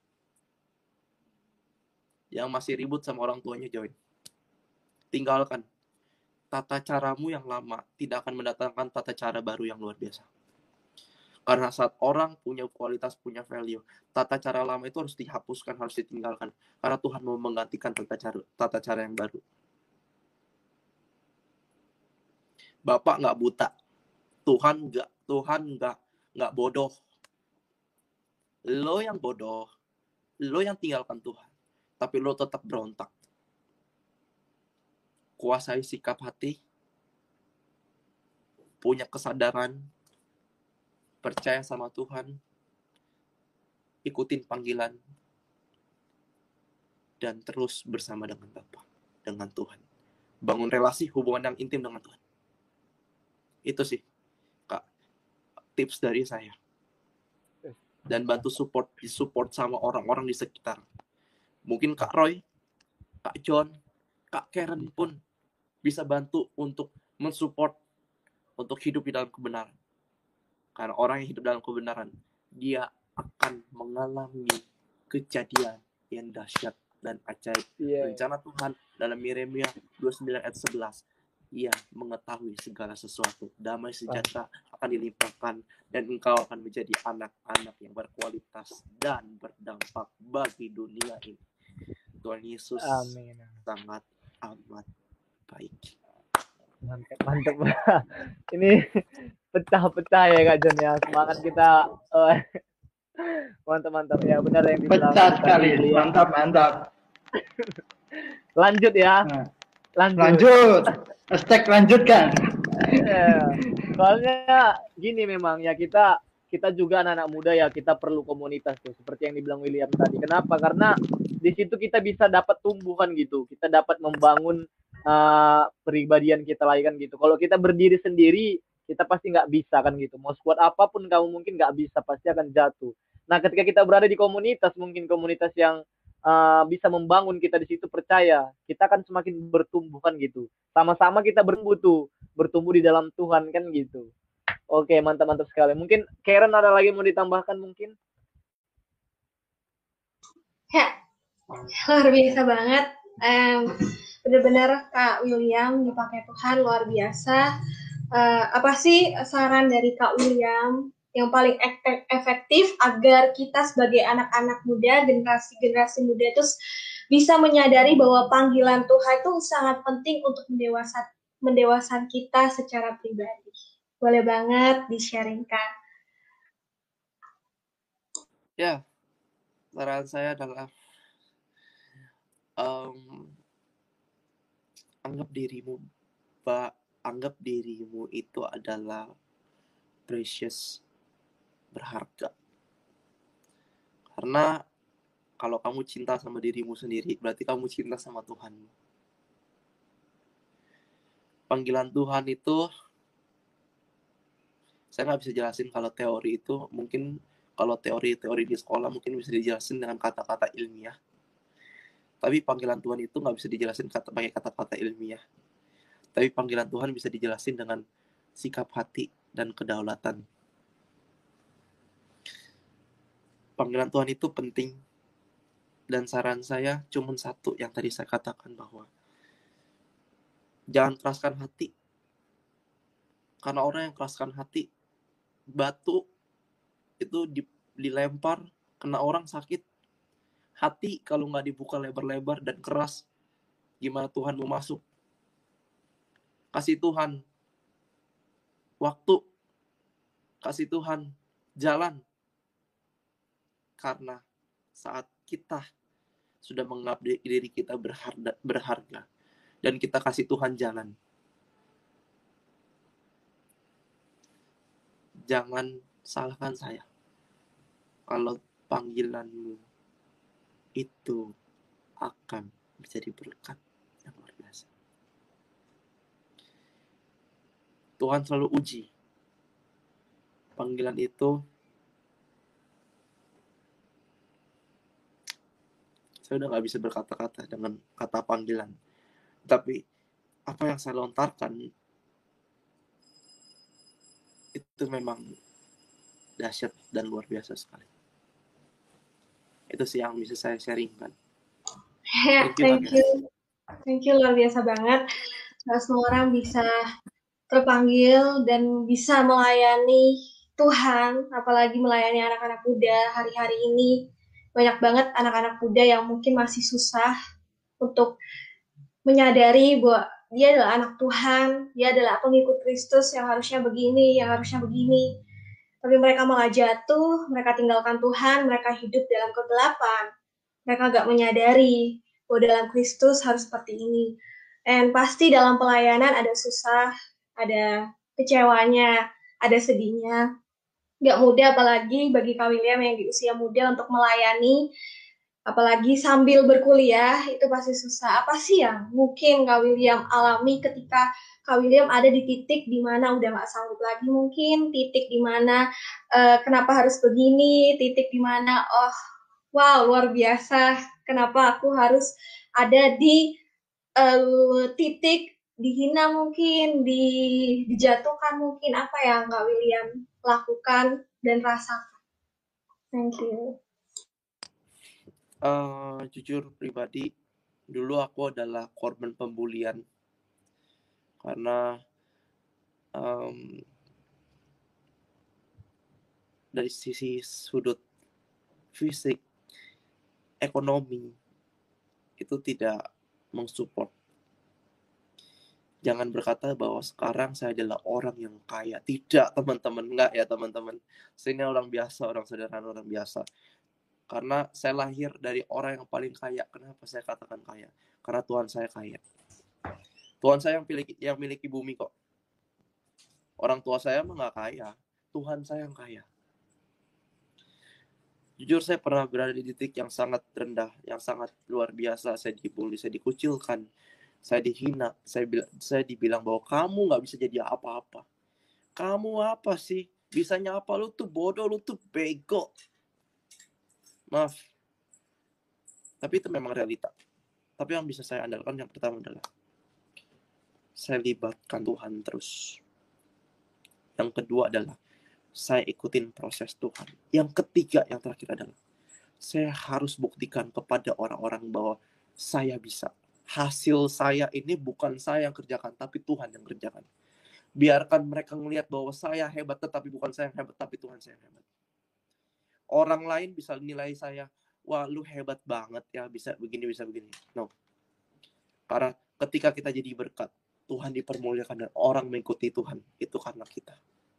yang masih ribut sama orang tuanya jauhin, tinggalkan. Tata caramu yang lama tidak akan mendatangkan tata cara baru yang luar biasa. Karena saat orang punya kualitas, punya value, tata cara lama itu harus dihapuskan, harus ditinggalkan. Karena Tuhan mau menggantikan tata cara yang baru. Bapak nggak buta, Tuhan nggak bodoh. Lo yang bodoh, lo yang tinggalkan Tuhan, tapi lo tetap berontak. Kuasai sikap hati, punya kesadaran, percaya sama Tuhan, ikutin panggilan, dan terus bersama dengan Bapa, dengan Tuhan. Bangun relasi, hubungan yang intim dengan Tuhan. Itu sih, Kak, tips dari saya. Dan bantu support sama orang-orang di sekitar. Mungkin Kak Roy, Kak John, Kak Karen pun bisa bantu untuk mensupport, untuk hidup di dalam kebenaran. Karena orang yang hidup dalam kebenaran, dia akan mengalami kejadian yang dahsyat dan ajaib. Rencana Tuhan dalam Yeremia 29 ayat 11. Ia mengetahui segala sesuatu. Damai sejahtera akan dilimpahkan dan engkau akan menjadi anak-anak yang berkualitas dan berdampak bagi dunia ini. Tuhan Yesus sangat amat baik. Mantap. Ini pecah-pecah ya Kak John ya. Semangat kita mantap ya, benar yang dibilang. Pecah sekali. Mantap. Lanjut ya. Lanjut. Hashtag lanjutkan. Soalnya gini memang ya, kita juga anak-anak muda ya, kita perlu komunitas tuh, seperti yang dibilang William tadi. Kenapa? Karena di situ kita bisa dapat tumbuhan gitu. Kita dapat membangun pribadian kita lagi kan gitu. Kalau kita berdiri sendiri, kita pasti nggak bisa kan gitu. Mau squad apapun kamu mungkin nggak bisa, pasti akan jatuh. Nah, ketika kita berada di komunitas, mungkin komunitas yang bisa membangun kita di situ, percaya kita akan semakin bertumbuh kan gitu. Sama-sama kita bertumbuh di dalam Tuhan kan gitu. Oke, mantap sekali. Mungkin Karen ada lagi mau ditambahkan mungkin? Ya, luar biasa banget. Benar-benar Kak William dipakai Tuhan luar biasa. Apa sih saran dari Kak William yang paling efektif agar kita sebagai anak-anak muda, generasi muda itu bisa menyadari bahwa panggilan Tuhan itu sangat penting untuk mendewasakan kita secara pribadi. Boleh banget di-sharing, Kak. Ya, saran saya adalah anggap dirimu itu adalah precious, berharga. Karena kalau kamu cinta sama dirimu sendiri, berarti kamu cinta sama Tuhan. Panggilan Tuhan itu, saya nggak bisa jelasin kalau teori itu, mungkin kalau teori di sekolah mungkin bisa dijelasin dengan kata-kata ilmiah. Tapi panggilan Tuhan itu nggak bisa dijelasin pakai kata-kata ilmiah. Tapi panggilan Tuhan bisa dijelasin dengan sikap hati dan kedaulatan. Panggilan Tuhan itu penting. Dan saran saya cuma satu yang tadi saya katakan, bahwa jangan keraskan hati. Karena orang yang keraskan hati, batu itu dilempar, kena orang sakit. Hati kalau nggak dibuka lebar-lebar dan keras, gimana Tuhan mau masuk? Kasih Tuhan waktu, kasih Tuhan jalan. Karena saat kita sudah menganggap diri kita berharga dan kita kasih Tuhan jalan, jangan salahkan saya kalau panggilanmu itu akan menjadi berkat yang luar biasa. Tuhan selalu uji panggilan itu. Saya udah gak bisa berkata-kata dengan kata panggilan. Tapi apa yang saya lontarkan itu memang dahsyat dan luar biasa sekali. Itu sih yang bisa saya sharingkan. Thank you, luar biasa banget. Semua orang bisa terpanggil dan bisa melayani Tuhan, apalagi melayani anak-anak muda hari-hari ini. Banyak banget anak-anak muda yang mungkin masih susah untuk menyadari bahwa dia adalah anak Tuhan, dia adalah pengikut Kristus yang harusnya begini, yang harusnya begini. Tapi mereka malah jatuh, mereka tinggalkan Tuhan, mereka hidup dalam kegelapan. Mereka gak menyadari bahwa dalam Kristus harus seperti ini. Dan pasti dalam pelayanan ada susah, ada kecewanya, ada sedihnya. Gak mudah apalagi bagi Kak William yang di usia muda untuk melayani, apalagi sambil berkuliah, itu pasti susah. Apa sih yang mungkin Kak William alami ketika Kak William ada di titik di mana udah gak sanggup lagi mungkin, titik di mana kenapa harus begini, titik di mana wow luar biasa, kenapa aku harus ada di titik dihina mungkin, dijatuhkan mungkin, apa yang Kak William lakukan dan rasakan? Thank you. Jujur pribadi, dulu aku adalah korban pembulian karena dari sisi sudut fisik, ekonomi itu tidak mensupport. Jangan berkata bahwa sekarang saya adalah orang yang kaya. Tidak, teman-teman. Enggak ya, teman-teman. Saya ini orang biasa, orang sederhana, orang biasa. Karena saya lahir dari orang yang paling kaya. Kenapa saya katakan kaya? Karena Tuhan saya kaya. Tuhan saya yang miliki bumi kok. Orang tua saya mah nggak kaya. Tuhan saya yang kaya. Jujur saya pernah berada di titik yang sangat rendah, yang sangat luar biasa. Saya dibully, saya dikucilkan, saya dihina, saya dibilang bahwa kamu nggak bisa jadi apa-apa. Kamu apa sih? Bisanya apa? Lu tuh bodoh, lu tuh bego. Maaf. Tapi itu memang realita. Tapi yang bisa saya andalkan yang pertama adalah saya libatkan Tuhan terus. Yang kedua adalah saya ikutin proses Tuhan. Yang ketiga, yang terakhir adalah saya harus buktikan kepada orang-orang bahwa saya bisa. Hasil saya ini bukan saya yang kerjakan, tapi Tuhan yang kerjakan. Biarkan mereka melihat bahwa saya hebat, tetapi bukan saya yang hebat, tapi Tuhan saya yang hebat. Orang lain bisa nilai saya, wah lu hebat banget ya, bisa begini, bisa begini. No. Karena ketika kita jadi berkat, Tuhan dipermuliakan dan orang mengikuti Tuhan. Itu karena kita.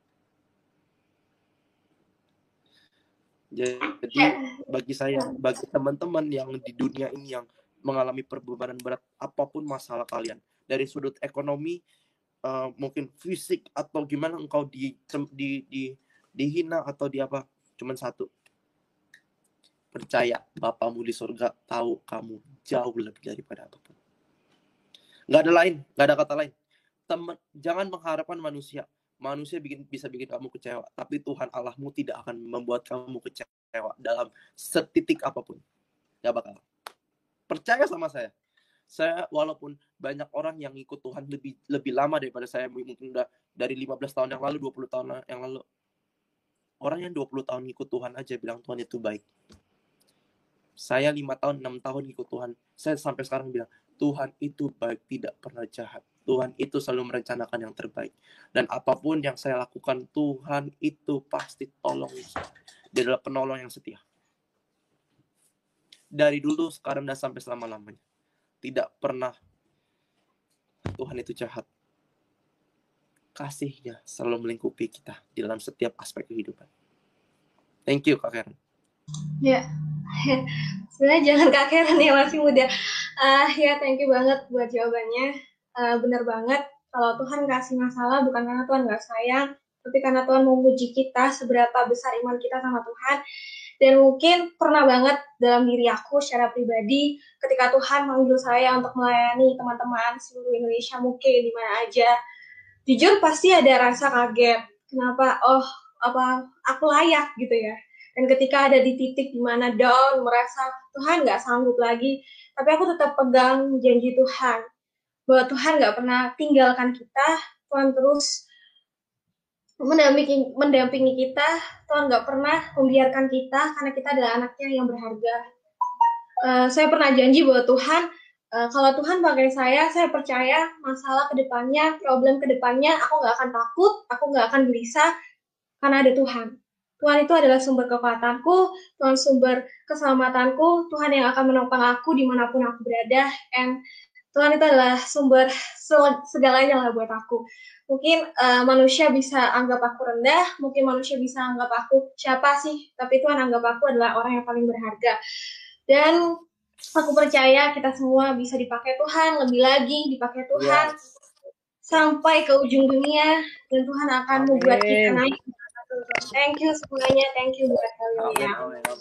Jadi bagi saya, bagi teman-teman yang di dunia ini yang mengalami perbebanan berat, apapun masalah kalian, dari sudut ekonomi, mungkin fisik atau gimana engkau dihina atau di apa, cuman satu, percaya Bapamu di surga tahu kamu jauh lebih daripada apapun. Nggak ada lain, nggak ada kata lain. Jangan mengharapkan manusia. Manusia bisa bikin kamu kecewa, tapi Tuhan Allahmu tidak akan membuat kamu kecewa dalam setitik apapun. Gak bakal. Percaya sama saya. Saya walaupun banyak orang yang ikut Tuhan lebih lama daripada saya, mungkin udah dari 15 tahun yang lalu, 20 tahun yang lalu. Orang yang 20 tahun ikut Tuhan aja bilang Tuhan itu baik. Saya 5 tahun, 6 tahun ikut Tuhan. Saya sampai sekarang bilang, Tuhan itu baik, tidak pernah jahat. Tuhan itu selalu merencanakan yang terbaik. Dan apapun yang saya lakukan, Tuhan itu pasti tolong. Dia adalah penolong yang setia. Dari dulu, sekarang, dan sampai selama-lamanya. Tidak pernah Tuhan itu jahat. Kasihnya selalu melingkupi kita di dalam setiap aspek kehidupan. Thank you, Kak Karen. Ya, sebenarnya jangan Kak Karen ya, masih muda. Ya, thank you banget buat jawabannya. Benar banget, kalau Tuhan kasih masalah bukan karena Tuhan nggak sayang, tapi karena Tuhan menguji kita seberapa besar iman kita sama Tuhan. Dan mungkin pernah banget dalam diri aku secara pribadi, ketika Tuhan manggil saya untuk melayani teman-teman seluruh Indonesia, mungkin di mana aja, jujur pasti ada rasa kaget. Kenapa? Aku layak gitu ya. Dan ketika ada di titik di mana down, merasa Tuhan nggak sanggup lagi, tapi aku tetap pegang janji Tuhan. Bahwa Tuhan nggak pernah tinggalkan kita, Tuhan terus mendampingi kita. Tuhan nggak pernah membiarkan kita karena kita adalah anaknya yang berharga. Saya pernah janji bahwa Tuhan, kalau Tuhan pakai saya percaya masalah kedepannya, problem kedepannya, aku nggak akan takut, aku nggak akan gelisah karena ada Tuhan. Tuhan itu adalah sumber kekuatanku, Tuhan sumber keselamatanku, Tuhan yang akan menopang aku dimanapun aku berada, and Tuhan itu adalah sumber segalanya lah buat aku. Mungkin manusia bisa anggap aku rendah, mungkin manusia bisa anggap aku siapa sih, tapi Tuhan anggap aku adalah orang yang paling berharga. Dan aku percaya kita semua bisa dipakai Tuhan, lebih lagi dipakai Tuhan sampai ke ujung dunia, dan Tuhan akan membuat kita naik. Thank you semuanya, thank you buat kalian.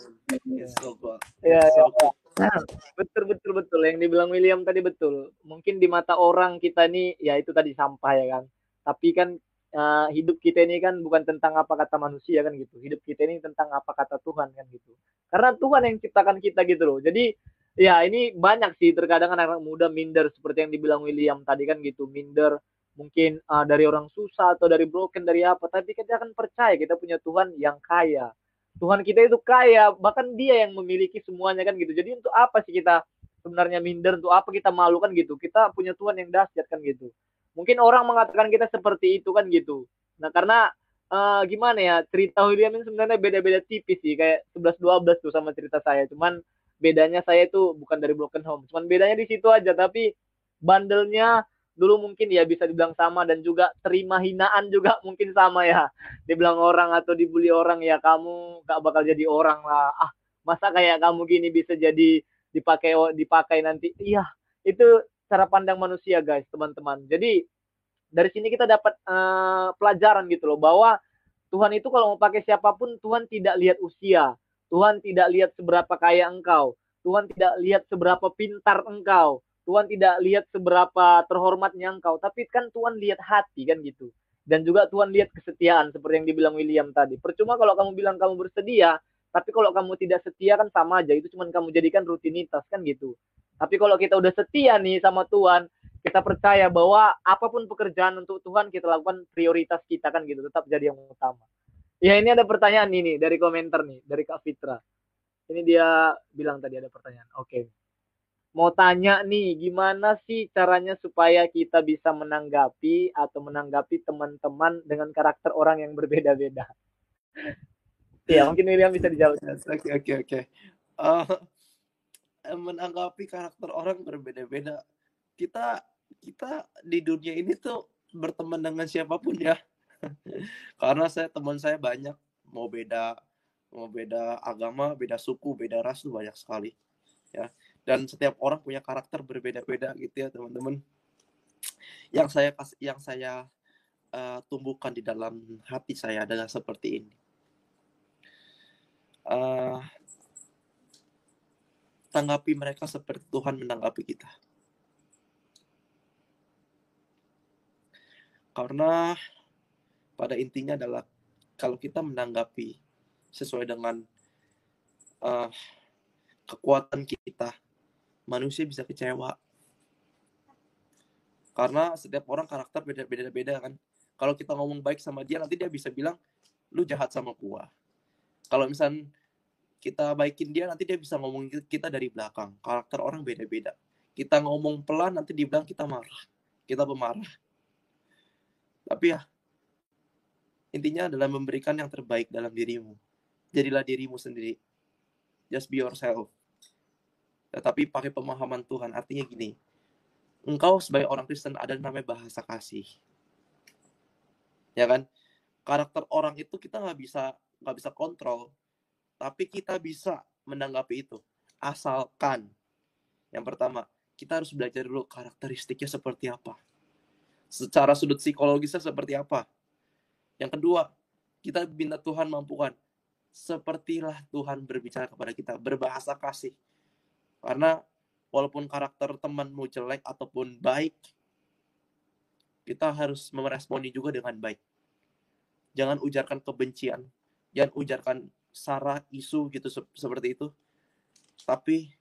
Betul yang dibilang William tadi betul. Mungkin di mata orang kita nih ya itu tadi sampah ya kan. Tapi kan hidup kita ini kan bukan tentang apa kata manusia kan gitu. Hidup kita ini tentang apa kata Tuhan kan gitu. Karena Tuhan yang ciptakan kita gitu loh. Jadi ya ini banyak sih terkadang anak muda minder seperti yang dibilang William tadi kan gitu. Minder mungkin dari orang susah atau dari broken dari apa. Tapi kita akan percaya kita punya Tuhan yang kaya. Tuhan kita itu kaya, bahkan dia yang memiliki semuanya kan gitu. Jadi untuk apa sih kita sebenarnya minder, untuk apa kita malu kan gitu. Kita punya Tuhan yang dahsyat kan gitu. Mungkin orang mengatakan kita seperti itu kan gitu. Nah karena gimana ya, cerita William ini sebenarnya beda-beda tipis sih. Kayak 11-12 tuh sama cerita saya. Cuman bedanya saya itu bukan dari broken home. Cuman bedanya di situ aja. Tapi bandelnya dulu mungkin ya bisa dibilang sama, dan juga terima hinaan juga mungkin sama ya. Dibilang orang atau dibully orang, ya kamu gak bakal jadi orang lah. Masa kayak kamu gini bisa jadi dipakai nanti. Iya, itu cara pandang manusia guys, teman-teman. Jadi dari sini kita dapat pelajaran gitu loh, bahwa Tuhan itu kalau mau pakai siapapun, Tuhan tidak lihat usia. Tuhan tidak lihat seberapa kaya engkau. Tuhan tidak lihat seberapa pintar engkau. Tuhan tidak lihat seberapa terhormatnya engkau, tapi kan Tuhan lihat hati kan gitu. Dan juga Tuhan lihat kesetiaan seperti yang dibilang William tadi. Percuma kalau kamu bilang kamu bersedia, tapi kalau kamu tidak setia kan sama aja. Itu cuma kamu jadikan rutinitas kan gitu. Tapi kalau kita udah setia nih sama Tuhan, kita percaya bahwa apapun pekerjaan untuk Tuhan kita lakukan, prioritas kita kan gitu, tetap jadi yang utama. Ya ini ada pertanyaan ini dari komentar nih, dari Kak Fitra. Ini dia bilang tadi ada pertanyaan. Oke. Mau tanya nih, gimana sih caranya supaya kita bisa menanggapi teman-teman dengan karakter orang yang berbeda-beda? Ya, mungkin William bisa dijawab. Oke. Menanggapi karakter orang berbeda-beda. Kita di dunia ini tuh berteman dengan siapapun ya. Karena teman saya banyak, mau beda agama, beda suku, beda ras tuh banyak sekali. Ya. Dan setiap orang punya karakter berbeda-beda gitu ya teman-teman. Yang saya tumbuhkan di dalam hati saya adalah seperti ini. Tanggapi mereka seperti Tuhan menanggapi kita. Karena pada intinya adalah kalau kita menanggapi sesuai dengan kekuatan kita, manusia bisa kecewa. Karena setiap orang karakter beda-beda kan. Kalau kita ngomong baik sama dia, nanti dia bisa bilang, lu jahat sama gua. Kalau misalnya kita baikin dia, nanti dia bisa ngomong kita dari belakang. Karakter orang beda-beda. Kita ngomong pelan, nanti dibilang kita marah. Kita pemarah. Tapi ya, intinya adalah memberikan yang terbaik dalam dirimu. Jadilah dirimu sendiri. Just be yourself. Tetapi pakai pemahaman Tuhan. Artinya gini, engkau sebagai orang Kristen ada namanya bahasa kasih. Ya kan? Karakter orang itu kita nggak bisa kontrol. Tapi kita bisa menanggapi itu. Asalkan, yang pertama, kita harus belajar dulu karakteristiknya seperti apa. Secara sudut psikologisnya seperti apa. Yang kedua, kita minta Tuhan mampukan. Sepertilah Tuhan berbicara kepada kita, berbahasa kasih. Karena walaupun karakter temanmu jelek ataupun baik, kita harus meresponi juga dengan baik. Jangan ujarkan kebencian, jangan ujarkan sara, isu gitu seperti itu. Tapi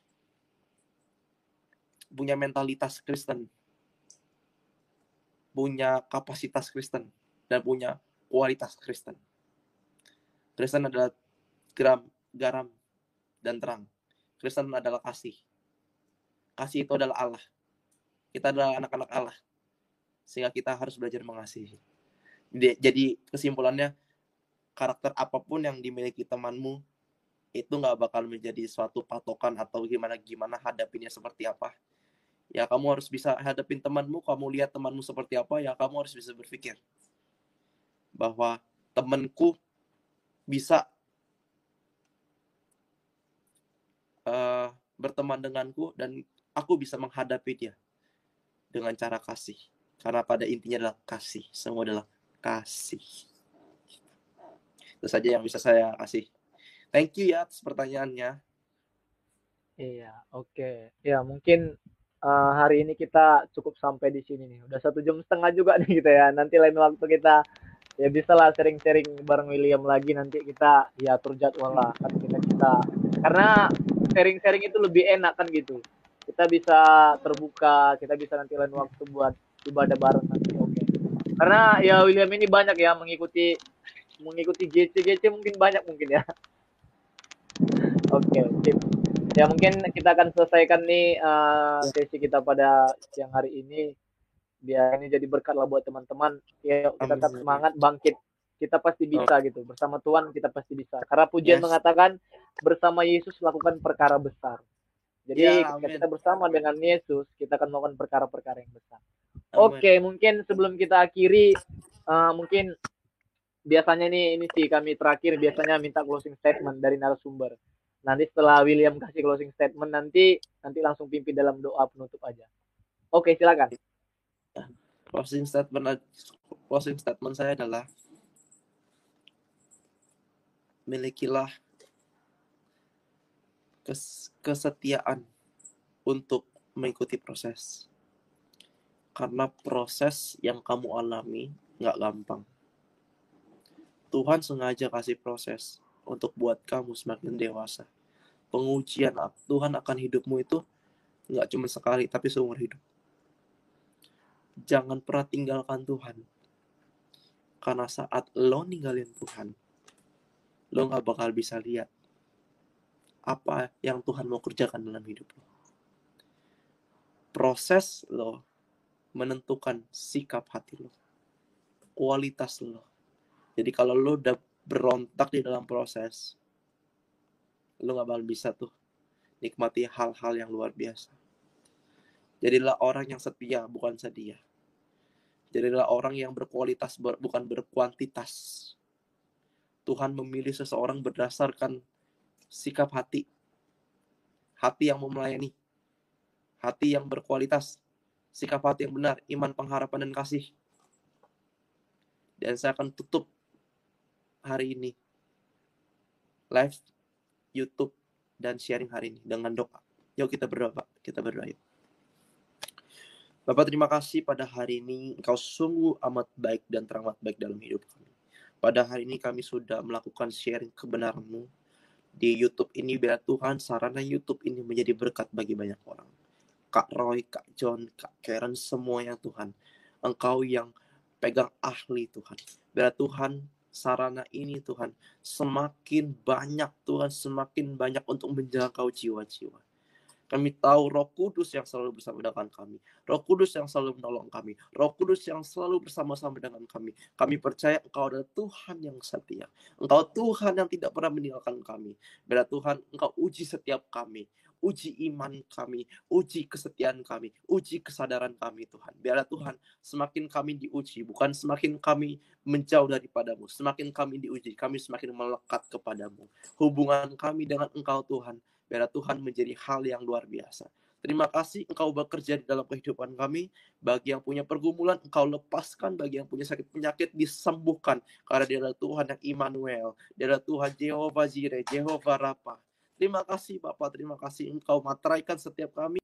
punya mentalitas Kristen, punya kapasitas Kristen, dan punya kualitas Kristen. Kristen adalah garam dan terang. Kristen adalah kasih. Kasih itu adalah Allah. Kita adalah anak-anak Allah. Sehingga kita harus belajar mengasihi. Jadi kesimpulannya, karakter apapun yang dimiliki temanmu, itu gak bakal menjadi suatu patokan atau gimana hadapinnya seperti apa. Ya kamu harus bisa hadapin temanmu, kamu lihat temanmu seperti apa, ya kamu harus bisa berpikir bahwa temanku bisa berteman denganku dan aku bisa menghadapi dia dengan cara kasih. Karena pada intinya adalah kasih. Semua adalah kasih. Itu saja yang bisa saya kasih. Thank you ya atas pertanyaannya. Iya, oke. Ya, mungkin hari ini kita cukup sampai di sini nih. Udah 1,5 jam juga nih kita ya. Nanti lain waktu kita ya bisa lah sharing-sharing bareng William lagi. Nanti kita ya atur jadwal lah kan kita. Karena sharing-sharing itu lebih enak kan gitu. Kita bisa terbuka, kita bisa nanti lain waktu buat ibadah bareng nanti. Oke. Karena ya William ini banyak ya mengikuti GC mungkin banyak mungkin ya. Oke. Ya mungkin kita akan selesaikan nih sesi kita pada siang hari ini. Biar ini jadi berkat lah buat teman-teman. Ya kita tetap semangat, bangkit. Kita pasti bisa gitu. Bersama Tuhan kita pasti bisa. Karena pujian mengatakan bersama Yesus lakukan perkara besar. Jadi ketika kita bersama dengan Yesus, kita akan melakukan perkara-perkara yang besar. Oke, mungkin sebelum kita akhiri, mungkin biasanya ini sih kami terakhir biasanya minta closing statement dari narasumber. Nanti setelah William kasih closing statement, nanti langsung pimpin dalam doa penutup aja. Oke, silakan. Closing statement saya adalah milikilah kesetiaan untuk mengikuti proses. Karena proses yang kamu alami gak gampang. Tuhan sengaja kasih proses untuk buat kamu semakin dewasa. Pengujian Tuhan akan hidupmu itu gak cuma sekali, tapi seumur hidup. Jangan pernah tinggalkan Tuhan. Karena saat lo ninggalin Tuhan, lo gak bakal bisa lihat apa yang Tuhan mau kerjakan dalam hidup lo. Proses lo menentukan sikap hati lo, kualitas lo. Jadi kalau lo udah berontak di dalam proses, lo gak bakal bisa tuh nikmati hal-hal yang luar biasa. Jadilah orang yang setia, bukan sedia. Jadilah orang yang berkualitas, bukan berkuantitas. Tuhan memilih seseorang berdasarkan sikap hati. Hati yang mau melayani. Hati yang berkualitas. Sikap hati yang benar, iman, pengharapan, dan kasih. Dan saya akan tutup hari ini live YouTube dan sharing hari ini dengan doa. Yuk kita berdoa, Pak. Kita berdoa yuk. Bapak, terima kasih pada hari ini Engkau sungguh amat baik dan teramat baik dalam hidup kami. Pada hari ini kami sudah melakukan sharing kebenaran-Mu di YouTube ini. Biar Tuhan sarana YouTube ini menjadi berkat bagi banyak orang. Kak Roy, Kak John, Kak Karen, semuanya Tuhan. Engkau yang pegang ahli Tuhan. Biar Tuhan sarana ini Tuhan semakin banyak Tuhan, semakin banyak untuk menjangkau jiwa-jiwa. Kami tahu Roh Kudus yang selalu bersama dengan kami. Roh Kudus yang selalu menolong kami. Roh Kudus yang selalu bersama-sama dengan kami. Kami percaya Engkau adalah Tuhan yang setia. Engkau Tuhan yang tidak pernah meninggalkan kami. Biar Tuhan Engkau uji setiap kami. Uji iman kami, uji kesetiaan kami, uji kesadaran kami Tuhan. Biarlah Tuhan semakin kami diuji, bukan semakin kami menjauh daripadamu. Semakin kami diuji, kami semakin melekat kepadamu. Hubungan kami dengan Engkau Tuhan, biarlah Tuhan menjadi hal yang luar biasa. Terima kasih Engkau bekerja di dalam kehidupan kami. Bagi yang punya pergumulan, Engkau lepaskan. Bagi yang punya sakit penyakit, disembuhkan. Karena Dia adalah Tuhan yang Immanuel. Dia adalah Tuhan Jehovah Jireh, Jehovah Rapha. Terima kasih Bapak, terima kasih Engkau materaikan setiap kami.